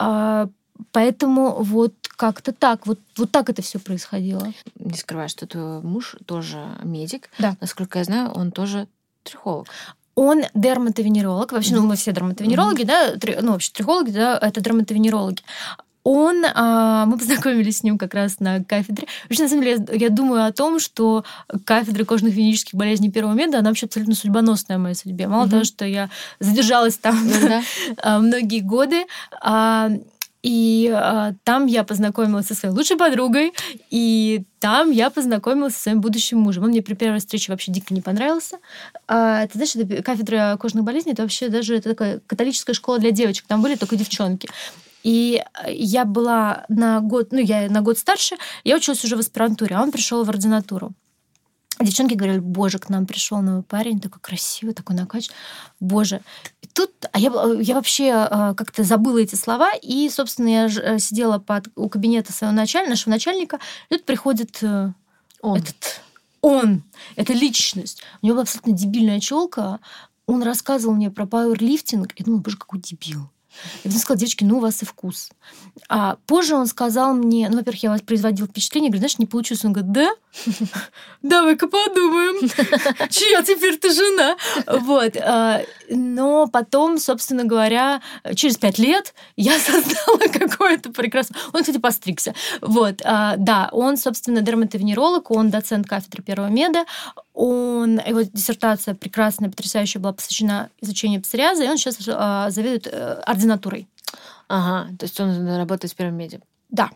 Поэтому вот как-то так, вот, вот так это все происходило. Не скрываю, что твой муж тоже медик. Да. Насколько я знаю, он тоже трихолог. Он дерматовенеролог. Вообще, mm-hmm. ну, мы все дерматовенерологи, mm-hmm. да, ну, вообще трихологи, да, это дерматовенерологи. Он, а, мы познакомились с ним как раз на кафедре. Вообще, на самом деле, я, я думаю о том, что кафедра кожных венерических болезней первого меда, она вообще абсолютно судьбоносная в моей судьбе. Мало mm-hmm. того, что я задержалась там mm-hmm. многие годы, а, И а, там я познакомилась со своей лучшей подругой, и там я познакомилась со своим будущим мужем. Он мне при первой встрече вообще дико не понравился. А, ты знаешь, это кафедра кожных болезней, это вообще даже это такая католическая школа для девочек. Там были только девчонки. И я была на год, ну, я на год старше, я училась уже в аспирантуре, а он пришел в ординатуру. Девчонки говорили, боже, к нам пришел новый парень, такой красивый, такой накачанный. Боже. И тут, а я, я вообще как-то забыла эти слова, и, собственно, я сидела под, у кабинета своего начальника, нашего начальника, и тут приходит он. этот он, эта личность. У него была абсолютно дебильная челка. Он рассказывал мне про пауэрлифтинг. Я думала, боже, какой дебил. И потом сказала, девочки, ну у вас и вкус. А позже он сказал мне, ну, во-первых, я вас производил впечатление, говорю, знаешь, не получилось. Он говорит, да? Давай-ка подумаем, чья теперь ты жена? Вот. Но потом, собственно говоря, через пять лет я создала какое-то прекрасное... Он, кстати, постригся. Вот. Да, он, собственно, дерматовенеролог, он доцент кафедры первого меда, он, его диссертация прекрасная, потрясающая была посвящена изучению псориаза, и он сейчас а, заведует а, ординатурой. Ага, то есть он работает в первом меде. Да.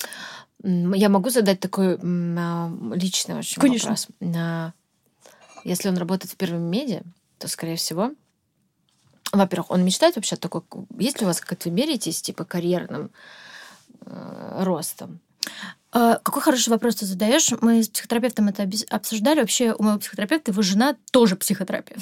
Я могу задать такой а, личный очень Конечно. вопрос. А, если он работает в первом меде, то, скорее всего, во-первых, он мечтает вообще о такой... Есть ли у вас, как вы меряетесь, типа карьерным э, ростом? Какой хороший вопрос ты задаешь. Мы с психотерапевтом это обсуждали. Вообще у моего психотерапевта его жена тоже психотерапевт.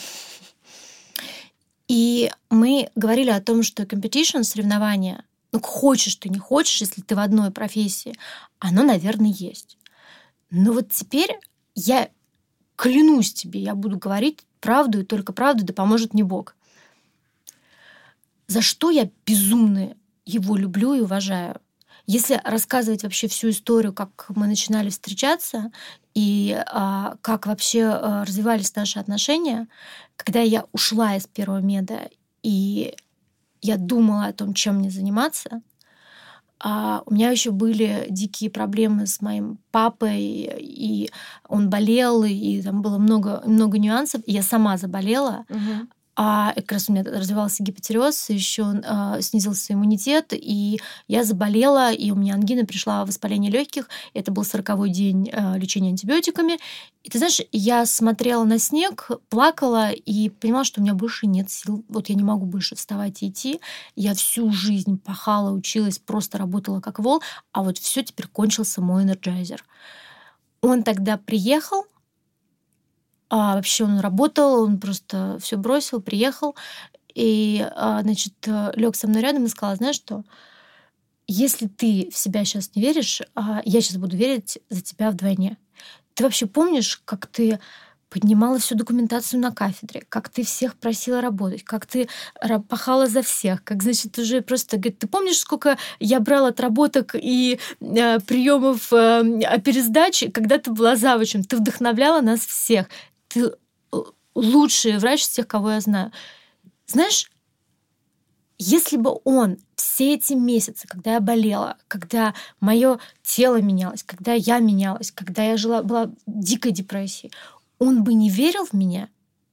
И мы говорили о том, что competition, соревнования, ну, хочешь ты, не хочешь, если ты в одной профессии, оно, наверное, есть. Но вот теперь я клянусь тебе, я буду говорить правду и только правду, да поможет мне Бог. За что я безумно его люблю и уважаю? если рассказывать вообще всю историю, как мы начинали встречаться и а, как вообще а, развивались наши отношения, когда я ушла из первого меда и я думала о том, чем мне заниматься, а у меня еще были дикие проблемы с моим папой, и он болел, и там было много, много нюансов. И я сама заболела. Угу. А как раз у меня развивался гипотереоз, еще а, снизился иммунитет, и я заболела, и у меня ангина, пришла воспаление легких. Это был сороковой день а, лечения антибиотиками. И ты знаешь, я смотрела на снег, плакала и понимала, что у меня больше нет сил. Вот я не могу больше вставать и идти. Я всю жизнь пахала, училась, просто работала как вол, а вот все теперь кончился мой энерджайзер. Он тогда приехал. А вообще он работал, он просто все бросил, приехал и, а, значит, лег со мной рядом и сказал: знаешь что, если ты в себя сейчас не веришь, а, я сейчас буду верить за тебя вдвойне. Ты вообще помнишь, как ты поднимала всю документацию на кафедре, как ты всех просила работать, как ты пахала за всех, как, значит, уже просто... Говорит, ты помнишь, сколько я брала отработок и э, приемов э, пересдач, когда ты была завучем? Ты вдохновляла нас всех. Ты лучший врач из тех, кого я знаю. Знаешь, если бы он все эти месяцы, когда я болела, когда мое тело менялось, когда я менялась, когда я жила, была в дикой депрессии, он бы не верил в меня,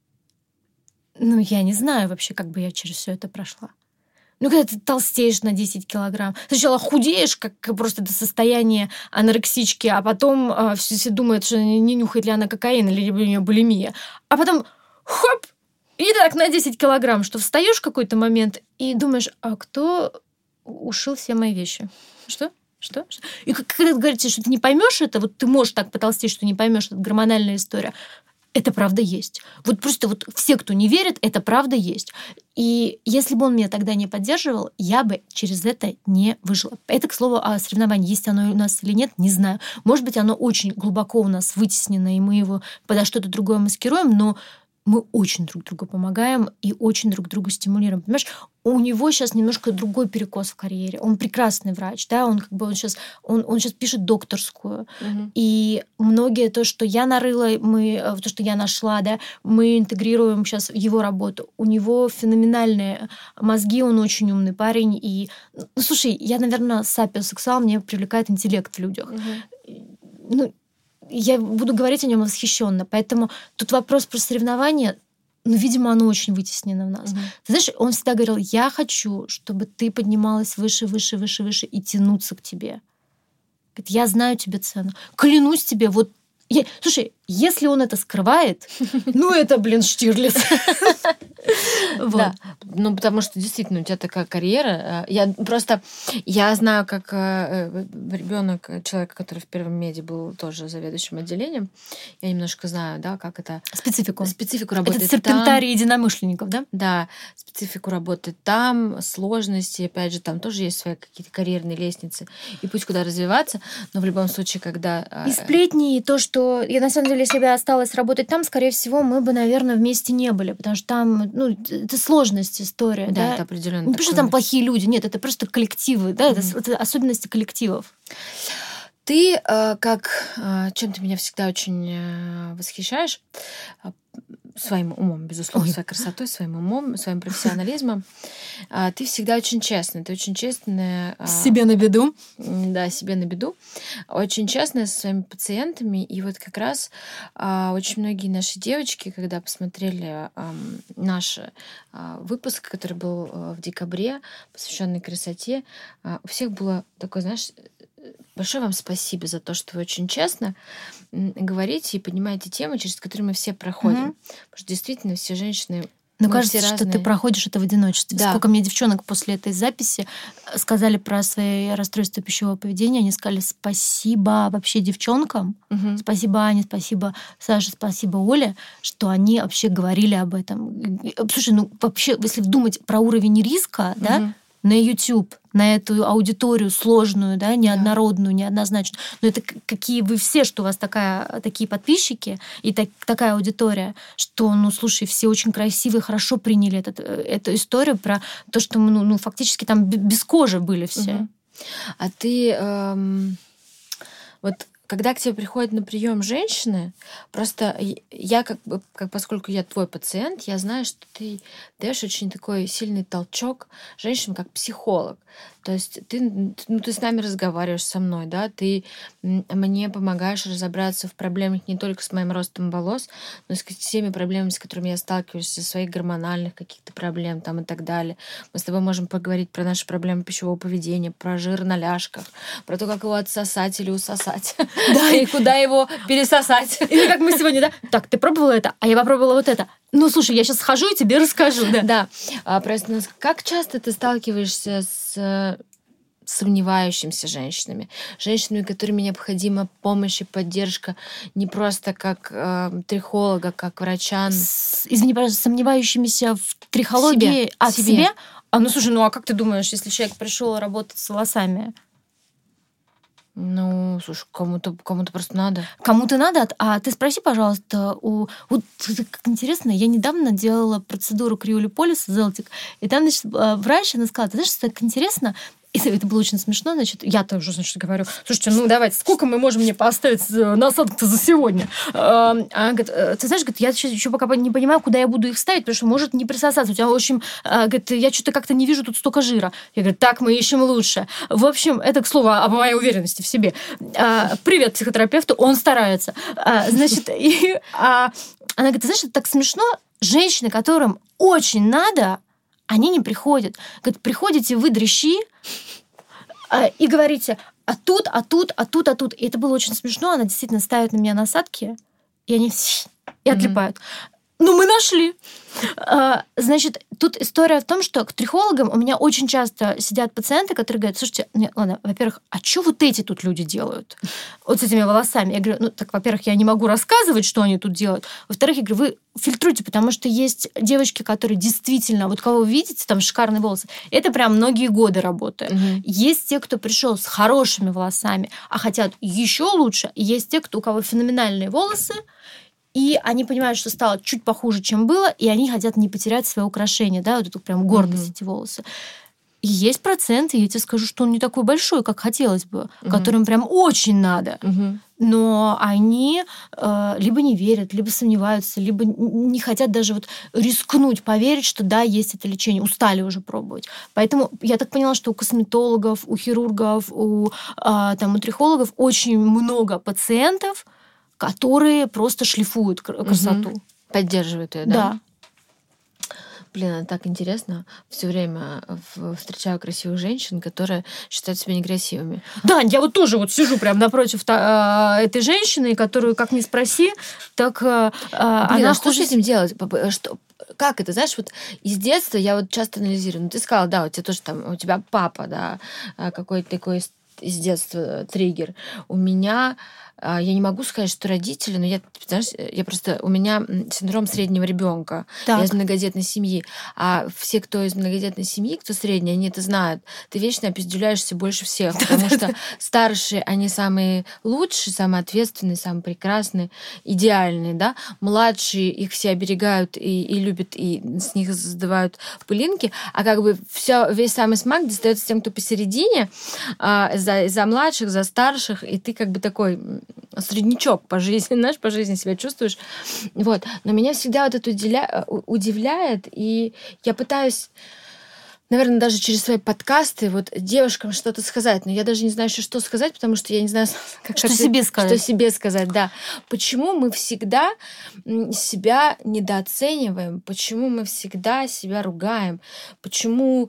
ну, я не знаю вообще, как бы я через все это прошла. Ну, когда ты толстеешь на десять килограмм, сначала худеешь, как просто до состояния анорексички, а потом э, все, все думают, что не нюхает ли она кокаин или у нее булимия. А потом хоп, и так на десять килограмм, что встаешь в какой-то момент и думаешь, а кто ушил все мои вещи? Что? Что? Что? И когда ты говорите, что ты не поймешь это, вот ты можешь так потолстеть, что не поймешь, это гормональная история. Это правда есть. Вот просто вот все, кто не верит, это правда есть. И если бы он меня тогда не поддерживал, я бы через это не выжила. Это, к слову, о соревновании. Есть оно у нас или нет, не знаю. Может быть, оно очень глубоко у нас вытеснено, и мы его подо что-то другое маскируем, но мы очень друг другу помогаем и очень друг друга стимулируем. Понимаешь, у него сейчас немножко другой перекос в карьере. Он прекрасный врач, да, он как бы он сейчас, он, он сейчас пишет докторскую. Угу. И многие то, что я нарыла, мы, то, что я нашла, да, мы интегрируем сейчас в его работу. У него феноменальные мозги, он очень умный парень. И, ну, слушай, я, наверное, сапиосексуал, мне привлекает интеллект в людях. Угу. Ну, я буду говорить о нем восхищенно. Поэтому тут вопрос про соревнования, ну, видимо, оно очень вытеснено в нас. Mm-hmm. Ты знаешь, он всегда говорил, я хочу, чтобы ты поднималась выше, выше, выше, выше и тянуться к тебе. Говорит, я знаю тебе цену. Клянусь тебе, вот... Я... Слушай, если он это скрывает, ну, это, блин, Штирлиц. Да, ну, потому что действительно у тебя такая карьера. Я просто, я знаю, как ребенок человека, который в первом меди был тоже заведующим отделением, я немножко знаю, да, как это... Специфику. Специфику работы там. Это серпентарий единомышленников, да? Да, специфику работы там, сложности, опять же, там тоже есть свои какие-то карьерные лестницы и путь, куда развиваться, но в любом случае, когда... И сплетни, и то, что... Я, на самом деле, если бы я осталась работать там, скорее всего, мы бы, наверное, вместе не были, потому что там, ну, это сложность история. Да, да? Это определенно. Не потому что там плохие люди, нет, это просто коллективы, да, mm-hmm. это, это особенности коллективов. Ты, как... Чем ты меня всегда очень восхищаешь? Своим умом, безусловно, Ой. своей красотой, своим умом, своим профессионализмом. Ты всегда очень честная. Ты очень честная... Себе на беду. Да, себе на беду. Очень честная со своими пациентами. И вот как раз очень многие наши девочки, когда посмотрели наш выпуск, который был в декабре, посвященный красоте, у всех было такое, знаешь... Большое вам спасибо за то, что вы очень честно говорите и поднимаете темы, через которые мы все проходим. Mm-hmm. Потому что действительно все женщины... Но кажется, что разные. Ты проходишь это в одиночестве. Да. Сколько мне девчонок после этой записи сказали про свои расстройства пищевого поведения, они сказали спасибо вообще девчонкам, угу. спасибо Ане, спасибо Саше, спасибо Оле, что они вообще говорили об этом. Слушай, ну вообще, если думать про уровень риска, угу. да, на YouTube, на эту аудиторию сложную, да, неоднородную, неоднозначную. Но это какие вы все, что у вас такая, такие подписчики и так, такая аудитория, что, ну, слушай, все очень красивые, хорошо приняли этот, эту историю про то, что мы, ну, ну, фактически там без кожи были все. Угу. А ты эм, вот когда к тебе приходят на прием женщины, просто я как бы, как, поскольку я твой пациент, я знаю, что ты даешь очень такой сильный толчок женщинам как психолог. То есть ты, ну, ты с нами разговариваешь со мной, да, ты мне помогаешь разобраться в проблемах не только с моим ростом волос, но и с всеми проблемами, с которыми я сталкиваюсь, со своих гормональных каких-то проблем там и так далее. Мы с тобой можем поговорить про наши проблемы пищевого поведения, про жир на ляжках, про то, как его отсосать или усосать, да, и куда его пересосать. Или как мы сегодня, да? Так, ты пробовала это, а я попробовала вот это. Ну, слушай, я сейчас схожу и тебе расскажу. Да, да. А, просто как часто ты сталкиваешься с сомневающимися женщинами, женщинами, которым необходима помощь и поддержка не просто как э, трихолога, как врача. С, извини, пожалуйста, сомневающимися в трихологии, себе. а себе. себе? А ну слушай, ну а как ты думаешь, если человек пришел работать с волосами? Ну, слушай, кому-то, кому-то просто надо. Кому-то надо, а ты спроси, пожалуйста, у... Вот как интересно, я недавно делала процедуру криолиполиса, зелтик, и там, значит, врач, она сказала, ты знаешь, что так интересно, и это было очень смешно, значит, я тоже, значит, говорю, слушайте, ну давайте, сколько мы можем мне поставить насадок-то за сегодня? А, она говорит, ты знаешь, говорит, я еще, еще пока не понимаю, куда я буду их ставить, потому что может не присосаться. У тебя, в общем, говорит, я что-то как-то не вижу тут столько жира. Я говорю, так, мы ищем лучше. В общем, это, к слову, о моей уверенности в себе. А, привет психотерапевту, он старается. А, значит, и а, она говорит, ты знаешь, это так смешно, женщины, которым очень надо, они не приходят. Говорит, приходите вы дрищи и говорите, а тут, а тут, а тут, а тут. И это было очень смешно. Она действительно ставит на меня насадки, и они и отлипают. Mm-hmm. Ну, мы нашли. Значит, тут история в том, что к трихологам у меня очень часто сидят пациенты, которые говорят, слушайте, не, ладно, во-первых, а что вот эти тут люди делают? Вот с этими волосами. Я говорю, ну, так, во-первых, я не могу рассказывать, что они тут делают. Во-вторых, я говорю, вы фильтруйте, потому что есть девочки, которые действительно, вот кого вы видите, там шикарные волосы, это прям многие годы работают. Угу. Есть те, кто пришел с хорошими волосами, а хотят еще лучше. И есть те, кто, у кого феноменальные волосы, и они понимают, что стало чуть похуже, чем было, и они хотят не потерять свое украшение, да, вот эту прям гордость, mm-hmm. эти волосы. И есть проценты, я тебе скажу, что он не такой большой, как хотелось бы, mm-hmm. которым прям очень надо. Mm-hmm. Но они э, либо не верят, либо сомневаются, либо не хотят даже вот рискнуть, поверить, что да, есть это лечение, устали уже пробовать. Поэтому я так поняла, что у косметологов, у хирургов, у, э, там, у трихологов очень много пациентов, которые просто шлифуют красоту. Угу. Поддерживают ее, да? Да. Блин, это так интересно. Все время встречаю красивых женщин, которые считают себя некрасивыми. Да, я вот тоже вот сижу прямо напротив та, этой женщины, которую, как ни спроси, так Блин, она... а что с этим делать? Что... Как это, знаешь, вот из детства я вот часто анализирую. Ну, ты сказала, да, у тебя тоже там, у тебя папа, да, какой-то такой из детства триггер. У меня... Я не могу сказать, что родители, но я, знаешь, я просто... У меня синдром среднего ребенка. Я из многодетной семьи. А все, кто из многодетной семьи, кто средний, они это знают. Ты вечно опизделяешься больше всех, потому что старшие, они самые лучшие, самые ответственные, самые прекрасные, идеальные, да? Младшие, их все оберегают и, и любят, и с них сдувают пылинки. А как бы все, весь самый смак достается тем, кто посередине, а, за, за младших, за старших, и ты как бы такой... среднячок по жизни, знаешь, по жизни себя чувствуешь. Вот. Но меня всегда вот это удивля... удивляет, и я пытаюсь, наверное, даже через свои подкасты вот девушкам что-то сказать, но я даже не знаю еще, что сказать, потому что я не знаю, как что как себе это... сказать. Что себе сказать, да. Почему мы всегда себя недооцениваем, почему мы всегда себя ругаем, почему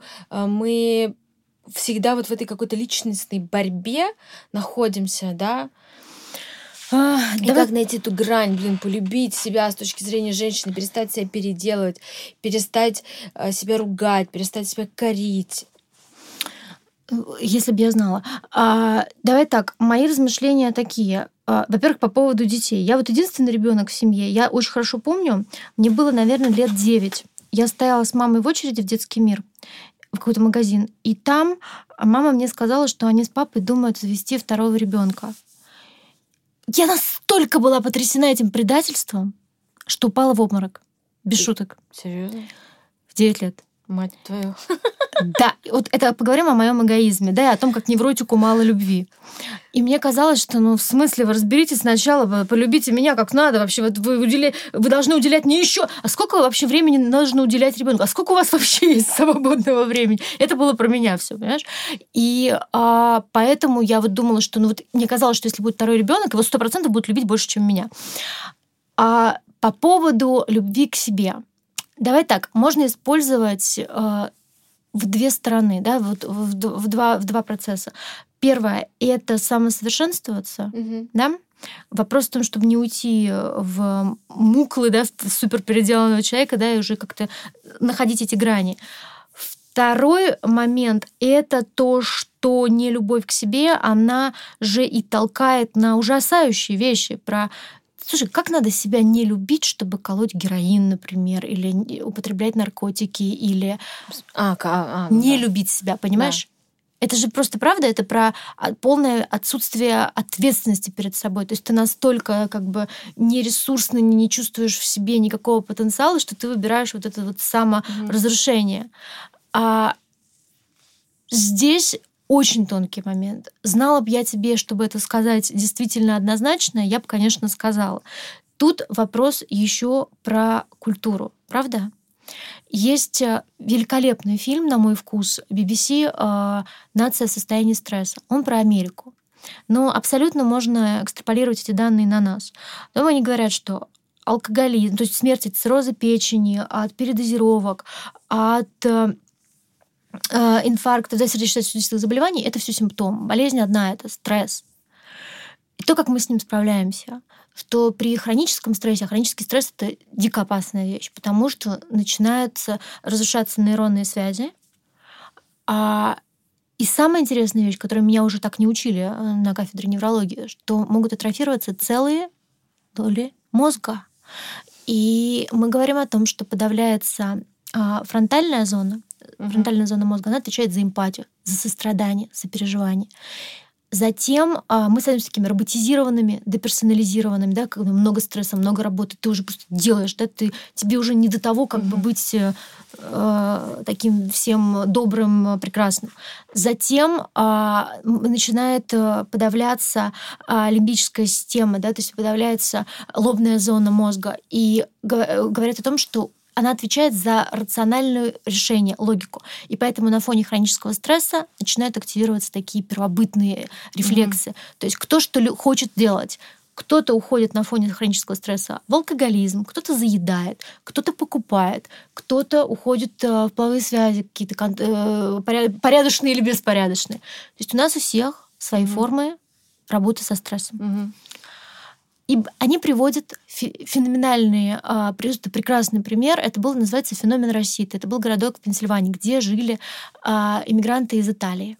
мы всегда вот в этой какой-то личностной борьбе находимся, да, А, и давай... как найти эту грань, блин, полюбить себя с точки зрения женщины, перестать себя переделывать, перестать э, себя ругать, перестать себя корить. Если бы я знала. А, давай так, мои размышления такие. А, во-первых, по поводу детей. Я вот единственный ребенок в семье. Я очень хорошо помню, мне было, наверное, лет девять. Я стояла с мамой в очереди в детский мир, в какой-то магазин, и там мама мне сказала, что они с папой думают завести второго ребенка. Я настолько была потрясена этим предательством, что упала в обморок. Без Ты... шуток. Серьезно? В девять лет. Мать твою. Да, вот это поговорим о моем эгоизме, да, и о том, как невротику мало любви. И мне казалось, что, ну, в смысле, вы разберитесь сначала, вы полюбите меня как надо, вообще, вот вы, уделя... вы должны уделять мне еще. А сколько вообще времени нужно уделять ребенку? А сколько у вас вообще есть свободного времени? Это было про меня все, понимаешь? И а, поэтому я вот думала, что, ну, вот мне казалось, что если будет второй ребенок, его сто процентов будут любить больше, чем меня. А по поводу любви к себе. Давай так, можно использовать э, в две стороны, да, вот в, в, два, в два процесса. Первое — это самосовершенствоваться, mm-hmm. да? Вопрос в том, чтобы не уйти в муклы, да, в суперпеределанного человека, да, и уже как-то находить эти грани. Второй момент — это то, что нелюбовь к себе, она же и толкает на ужасающие вещи про... Слушай, как надо себя не любить, чтобы колоть героин, например, или употреблять наркотики, или а, а, не да. любить себя, понимаешь? Да. Это же просто правда, это про полное отсутствие ответственности перед собой. То есть ты настолько как бы нересурсный, не чувствуешь в себе никакого потенциала, что ты выбираешь вот это вот саморазрушение. Угу. А здесь очень тонкий момент. Знала бы я тебе, чтобы это сказать действительно однозначно, я бы, конечно, сказала. Тут вопрос еще про культуру, правда? Есть великолепный фильм, на мой вкус, би би си «Нация в состоянии стресса». Он про Америку. Но абсолютно можно экстраполировать эти данные на нас. Там они говорят, что алкоголизм, то есть смерть от цирроза печени, от передозировок, от инфарктов, да, сердечно-сосудистых заболеваний — это все симптом. Болезнь одна — это стресс. И то, как мы с ним справляемся, что при хроническом стрессе, а хронический стресс — это дико опасная вещь, потому что начинают разрушаться нейронные связи. А... И самая интересная вещь, которую меня уже так не учили на кафедре неврологии, что могут атрофироваться целые доли мозга. И мы говорим о том, что подавляется фронтальная зона, Uh-huh. фронтальная зона мозга, она отвечает за эмпатию, за сострадание, за переживание. Затем а, мы становимся такими роботизированными, деперсонализированными, да, когда много стресса, много работы, ты уже просто делаешь, да, ты, тебе уже не до того, как uh-huh. бы быть э, таким всем добрым, прекрасным. Затем а, начинает подавляться а, лимбическая система, да, то есть подавляется лобная зона мозга, и говорят о том, что она отвечает за рациональное решение, логику. И поэтому на фоне хронического стресса начинают активироваться такие первобытные рефлексы. Mm-hmm. То есть кто что хочет делать. Кто-то уходит на фоне хронического стресса в алкоголизм, кто-то заедает, кто-то покупает, кто-то уходит в половые связи какие-то порядочные или беспорядочные. То есть у нас у всех свои mm-hmm. формы работы со стрессом. Mm-hmm. И они приводят феноменальный, просто прекрасный пример. Это был, называется, феномен Расситы. Это был городок в Пенсильвании, где жили иммигранты из Италии.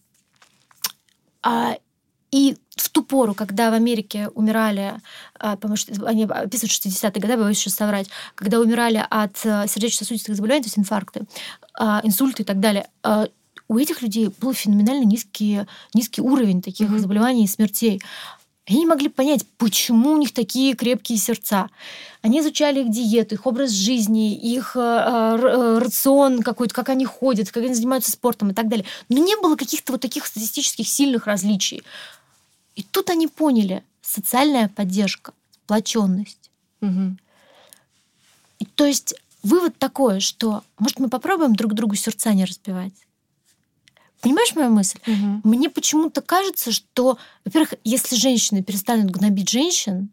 И в ту пору, когда в Америке умирали, потому что они описывают шестидесятые годы, боюсь сейчас соврать, когда умирали от сердечно-сосудистых заболеваний, то есть инфаркты, инсульты и так далее, у этих людей был феноменально низкий, низкий уровень таких mm-hmm. заболеваний и смертей. Они не могли понять, почему у них такие крепкие сердца. Они изучали их диету, их образ жизни, их э, рацион какой-то, как они ходят, как они занимаются спортом и так далее. Но не было каких-то вот таких статистических сильных различий. И тут они поняли: социальная поддержка, сплоченность. Угу. И то есть вывод такой, что, может, мы попробуем друг другу сердца не разбивать? Понимаешь мою мысль? Угу. Мне почему-то кажется, что, во-первых, если женщины перестанут гнобить женщин,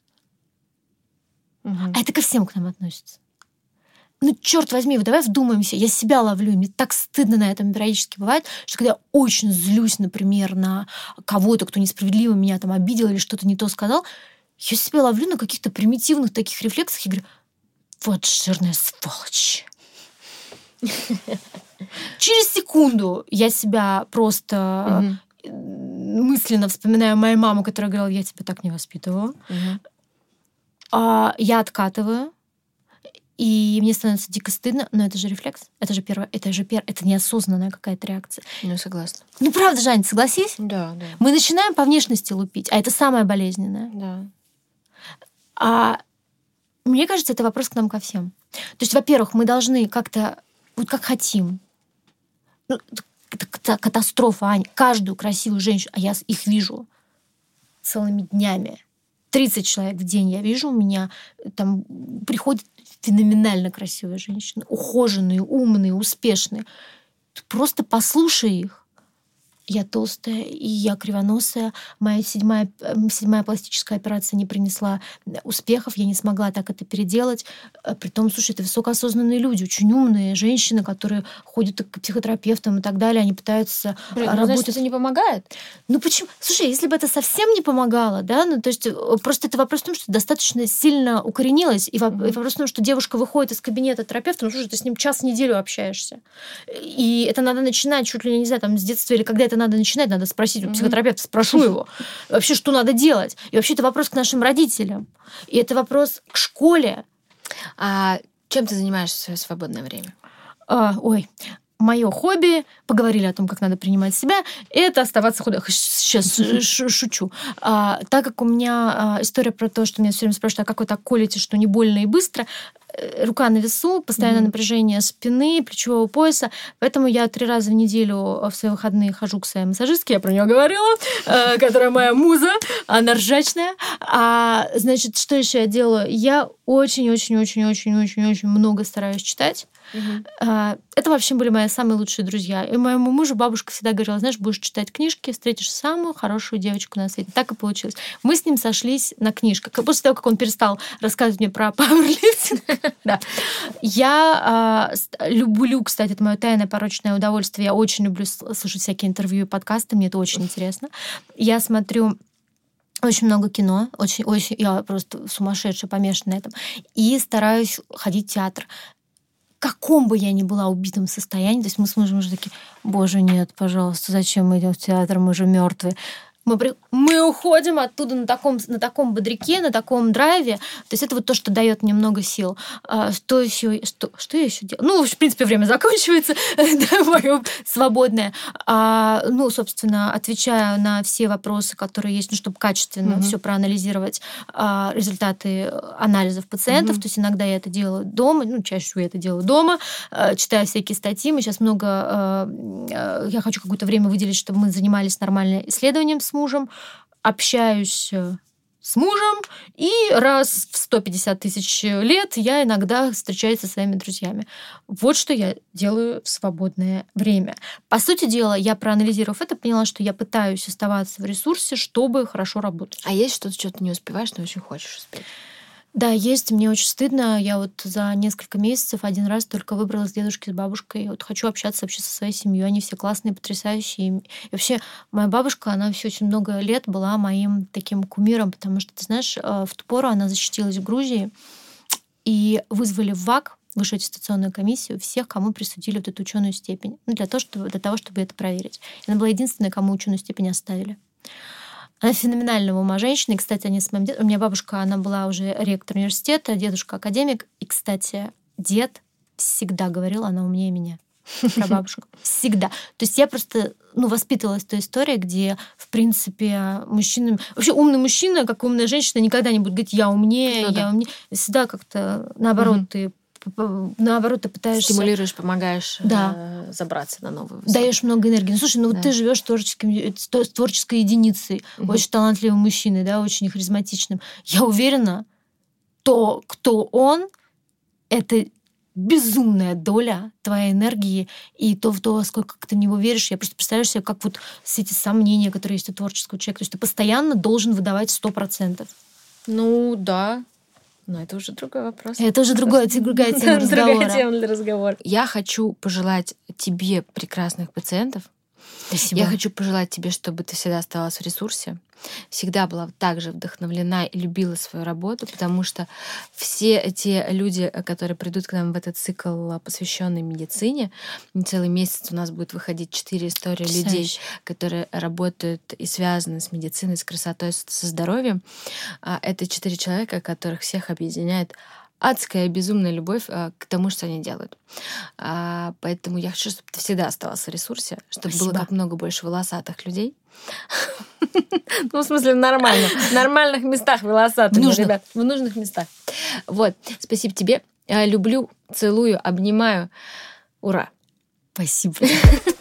угу. а это ко всем к нам относится. Ну, черт возьми, вот давай вдумаемся. Я себя ловлю, и мне так стыдно на этом периодически бывает, что когда я очень злюсь, например, на кого-то, кто несправедливо меня там обидел или что-то не то сказал, я себя ловлю на каких-то примитивных таких рефлексах и говорю: вот жирная сволочь. Через секунду я себя просто угу. мысленно вспоминаю мою маму, которая говорила: я тебя так не воспитывала. Угу. А я откатываю, и мне становится дико стыдно, но это же рефлекс, это же первое, это же первое, это неосознанная какая-то реакция. Ну, согласна. Ну, правда, Жань, согласись? Да, да. Мы начинаем по внешности лупить, а это самое болезненное. Да. А мне кажется, это вопрос к нам ко всем. То есть, во-первых, мы должны как-то, вот как хотим, Ну, это катастрофа, Аня. Каждую красивую женщину, а я их вижу целыми днями. тридцать человек в день я вижу, у меня там приходят феноменально красивые женщины, ухоженные, умные, успешные. Ты просто послушай их. Я толстая, и я кривоносая. Моя седьмая, седьмая пластическая операция не принесла успехов. Я не смогла так это переделать. Притом, слушай, это высокоосознанные люди, очень умные женщины, которые ходят к психотерапевтам и так далее. Они пытаются Блин, работать. Ну, значит, это не помогает? Ну почему? Слушай, если бы это совсем не помогало, да, ну то есть просто это вопрос в том, что достаточно сильно укоренилось, и, mm-hmm. и вопрос в том, что девушка выходит из кабинета терапевта, ну слушай, ты с ним час в неделю общаешься. И это надо начинать чуть ли не, не знаю, там, с детства, или когда это надо начинать, надо спросить у психотерапевта, спрошу его, вообще, что надо делать. И вообще это вопрос к нашим родителям. И это вопрос к школе. А чем ты занимаешься в свое свободное время? А, ой, мое хобби, поговорили о том, как надо принимать себя, это оставаться худой. Сейчас шучу. А, так как у меня а, история про то, что меня все время спрашивают, а как вы так колите, что не больно и быстро, рука на весу, постоянное mm-hmm. напряжение спины, плечевого пояса. Поэтому я три раза в неделю в свои выходные хожу к своей массажистке, я про нее говорила, которая моя муза, она ржачная. А, значит, что еще я делаю? Я очень-очень-очень-очень-очень-очень много стараюсь читать. Mm-hmm. Это вообще были мои самые лучшие друзья. И моему мужу бабушка всегда говорила, знаешь, будешь читать книжки, встретишь самую хорошую девочку на свете. Так и получилось. Мы с ним сошлись на книжках. После того, как он перестал рассказывать мне про пауэрлифтинг, да. Я э, люблю, кстати, это мое тайное порочное удовольствие. Я очень люблю слушать всякие интервью и подкасты. Мне это очень интересно. Я смотрю очень много кино. Очень, очень, я просто сумасшедшая, помешана на этом. И стараюсь ходить в театр. В каком бы я ни была убитом состоянии, то есть мы с мужем уже такие, боже, нет, пожалуйста, зачем мы идем в театр, мы же мертвые. Мы, при... мы уходим оттуда на таком, на таком бодряке, на таком драйве. То есть это вот то, что дает мне много сил. А, что еще? Что, что я еще делаю? Ну, в принципе, время заканчивается, да, мое свободное. А, ну, собственно, отвечаю на все вопросы, которые есть, ну, чтобы качественно mm-hmm. все проанализировать, а, результаты анализов пациентов. Mm-hmm. То есть иногда я это делаю дома, ну, чаще всего я это делаю дома, а, читаю всякие статьи. Мы сейчас много... А, а, я хочу какое-то время выделить, чтобы мы занимались нормальным исследованием с мужем, общаюсь с мужем, и раз в сто пятьдесят тысяч лет я иногда встречаюсь со своими друзьями. Вот что я делаю в свободное время. По сути дела, я, проанализировав это, поняла, что я пытаюсь оставаться в ресурсе, чтобы хорошо работать. А есть что-то, что ты не успеваешь, но очень хочешь успеть? Да, есть. Мне очень стыдно. Я вот за несколько месяцев один раз только выбралась с дедушкой, с бабушкой. Вот хочу общаться вообще со своей семьей. Они все классные, потрясающие. И вообще моя бабушка, она все очень много лет была моим таким кумиром, потому что, ты знаешь, в ту пору она защитилась в Грузии, и вызвали в ВАК, высшую аттестационную комиссию, всех, кому присудили вот эту ученую степень. Ну, для того, чтобы, для того, чтобы это проверить. И она была единственная, кому ученую степень оставили. Она феноменального ума женщина. И, кстати, они с моим дедом... У меня бабушка, она была уже ректор университета, дедушка академик. И, кстати, дед всегда говорил, она умнее меня. Про бабушку. Всегда. То есть я просто ну, воспитывалась в той истории, где, в принципе, мужчина... Вообще умный мужчина, как умная женщина, никогда не будет говорить «я умнее», ну, «я да. умнее». Всегда как-то, наоборот, угу. ты наоборот, ты пытаешься... Стимулируешь, помогаешь да. забраться на новую высоту. Даешь много энергии. Ну, слушай, ну да. вот ты живешь творческим, с творческой единицей, угу. очень талантливым мужчиной, да, очень харизматичным. Я уверена, то, кто он, это безумная доля твоей энергии и то, в то, сколько ты в него веришь. Я просто представляю себе, как вот все эти сомнения, которые есть у творческого человека. То есть ты постоянно должен выдавать сто процентов. Ну, да. Но это уже другой вопрос. Это уже другая, другая тема разговора. Другая тема для разговора. Я хочу пожелать тебе прекрасных пациентов. Спасибо. Я хочу пожелать тебе, чтобы ты всегда оставалась в ресурсе, всегда была так же вдохновлена и любила свою работу, потому что все эти люди, которые придут к нам в этот цикл, посвященный медицине, целый месяц у нас будет выходить четыре истории Потрясающе. людей, которые работают и связаны с медициной, с красотой, со здоровьем. Это четыре человека, которых всех объединяет адская, безумная любовь к тому, что они делают. Поэтому я хочу, чтобы ты всегда оставалась в ресурсе, чтобы Спасибо. было как много больше волосатых людей. Ну, в смысле, нормально. В нормальных местах волосатых, ребят. В нужных местах. Вот. Спасибо тебе. Люблю, целую, обнимаю. Ура. Спасибо.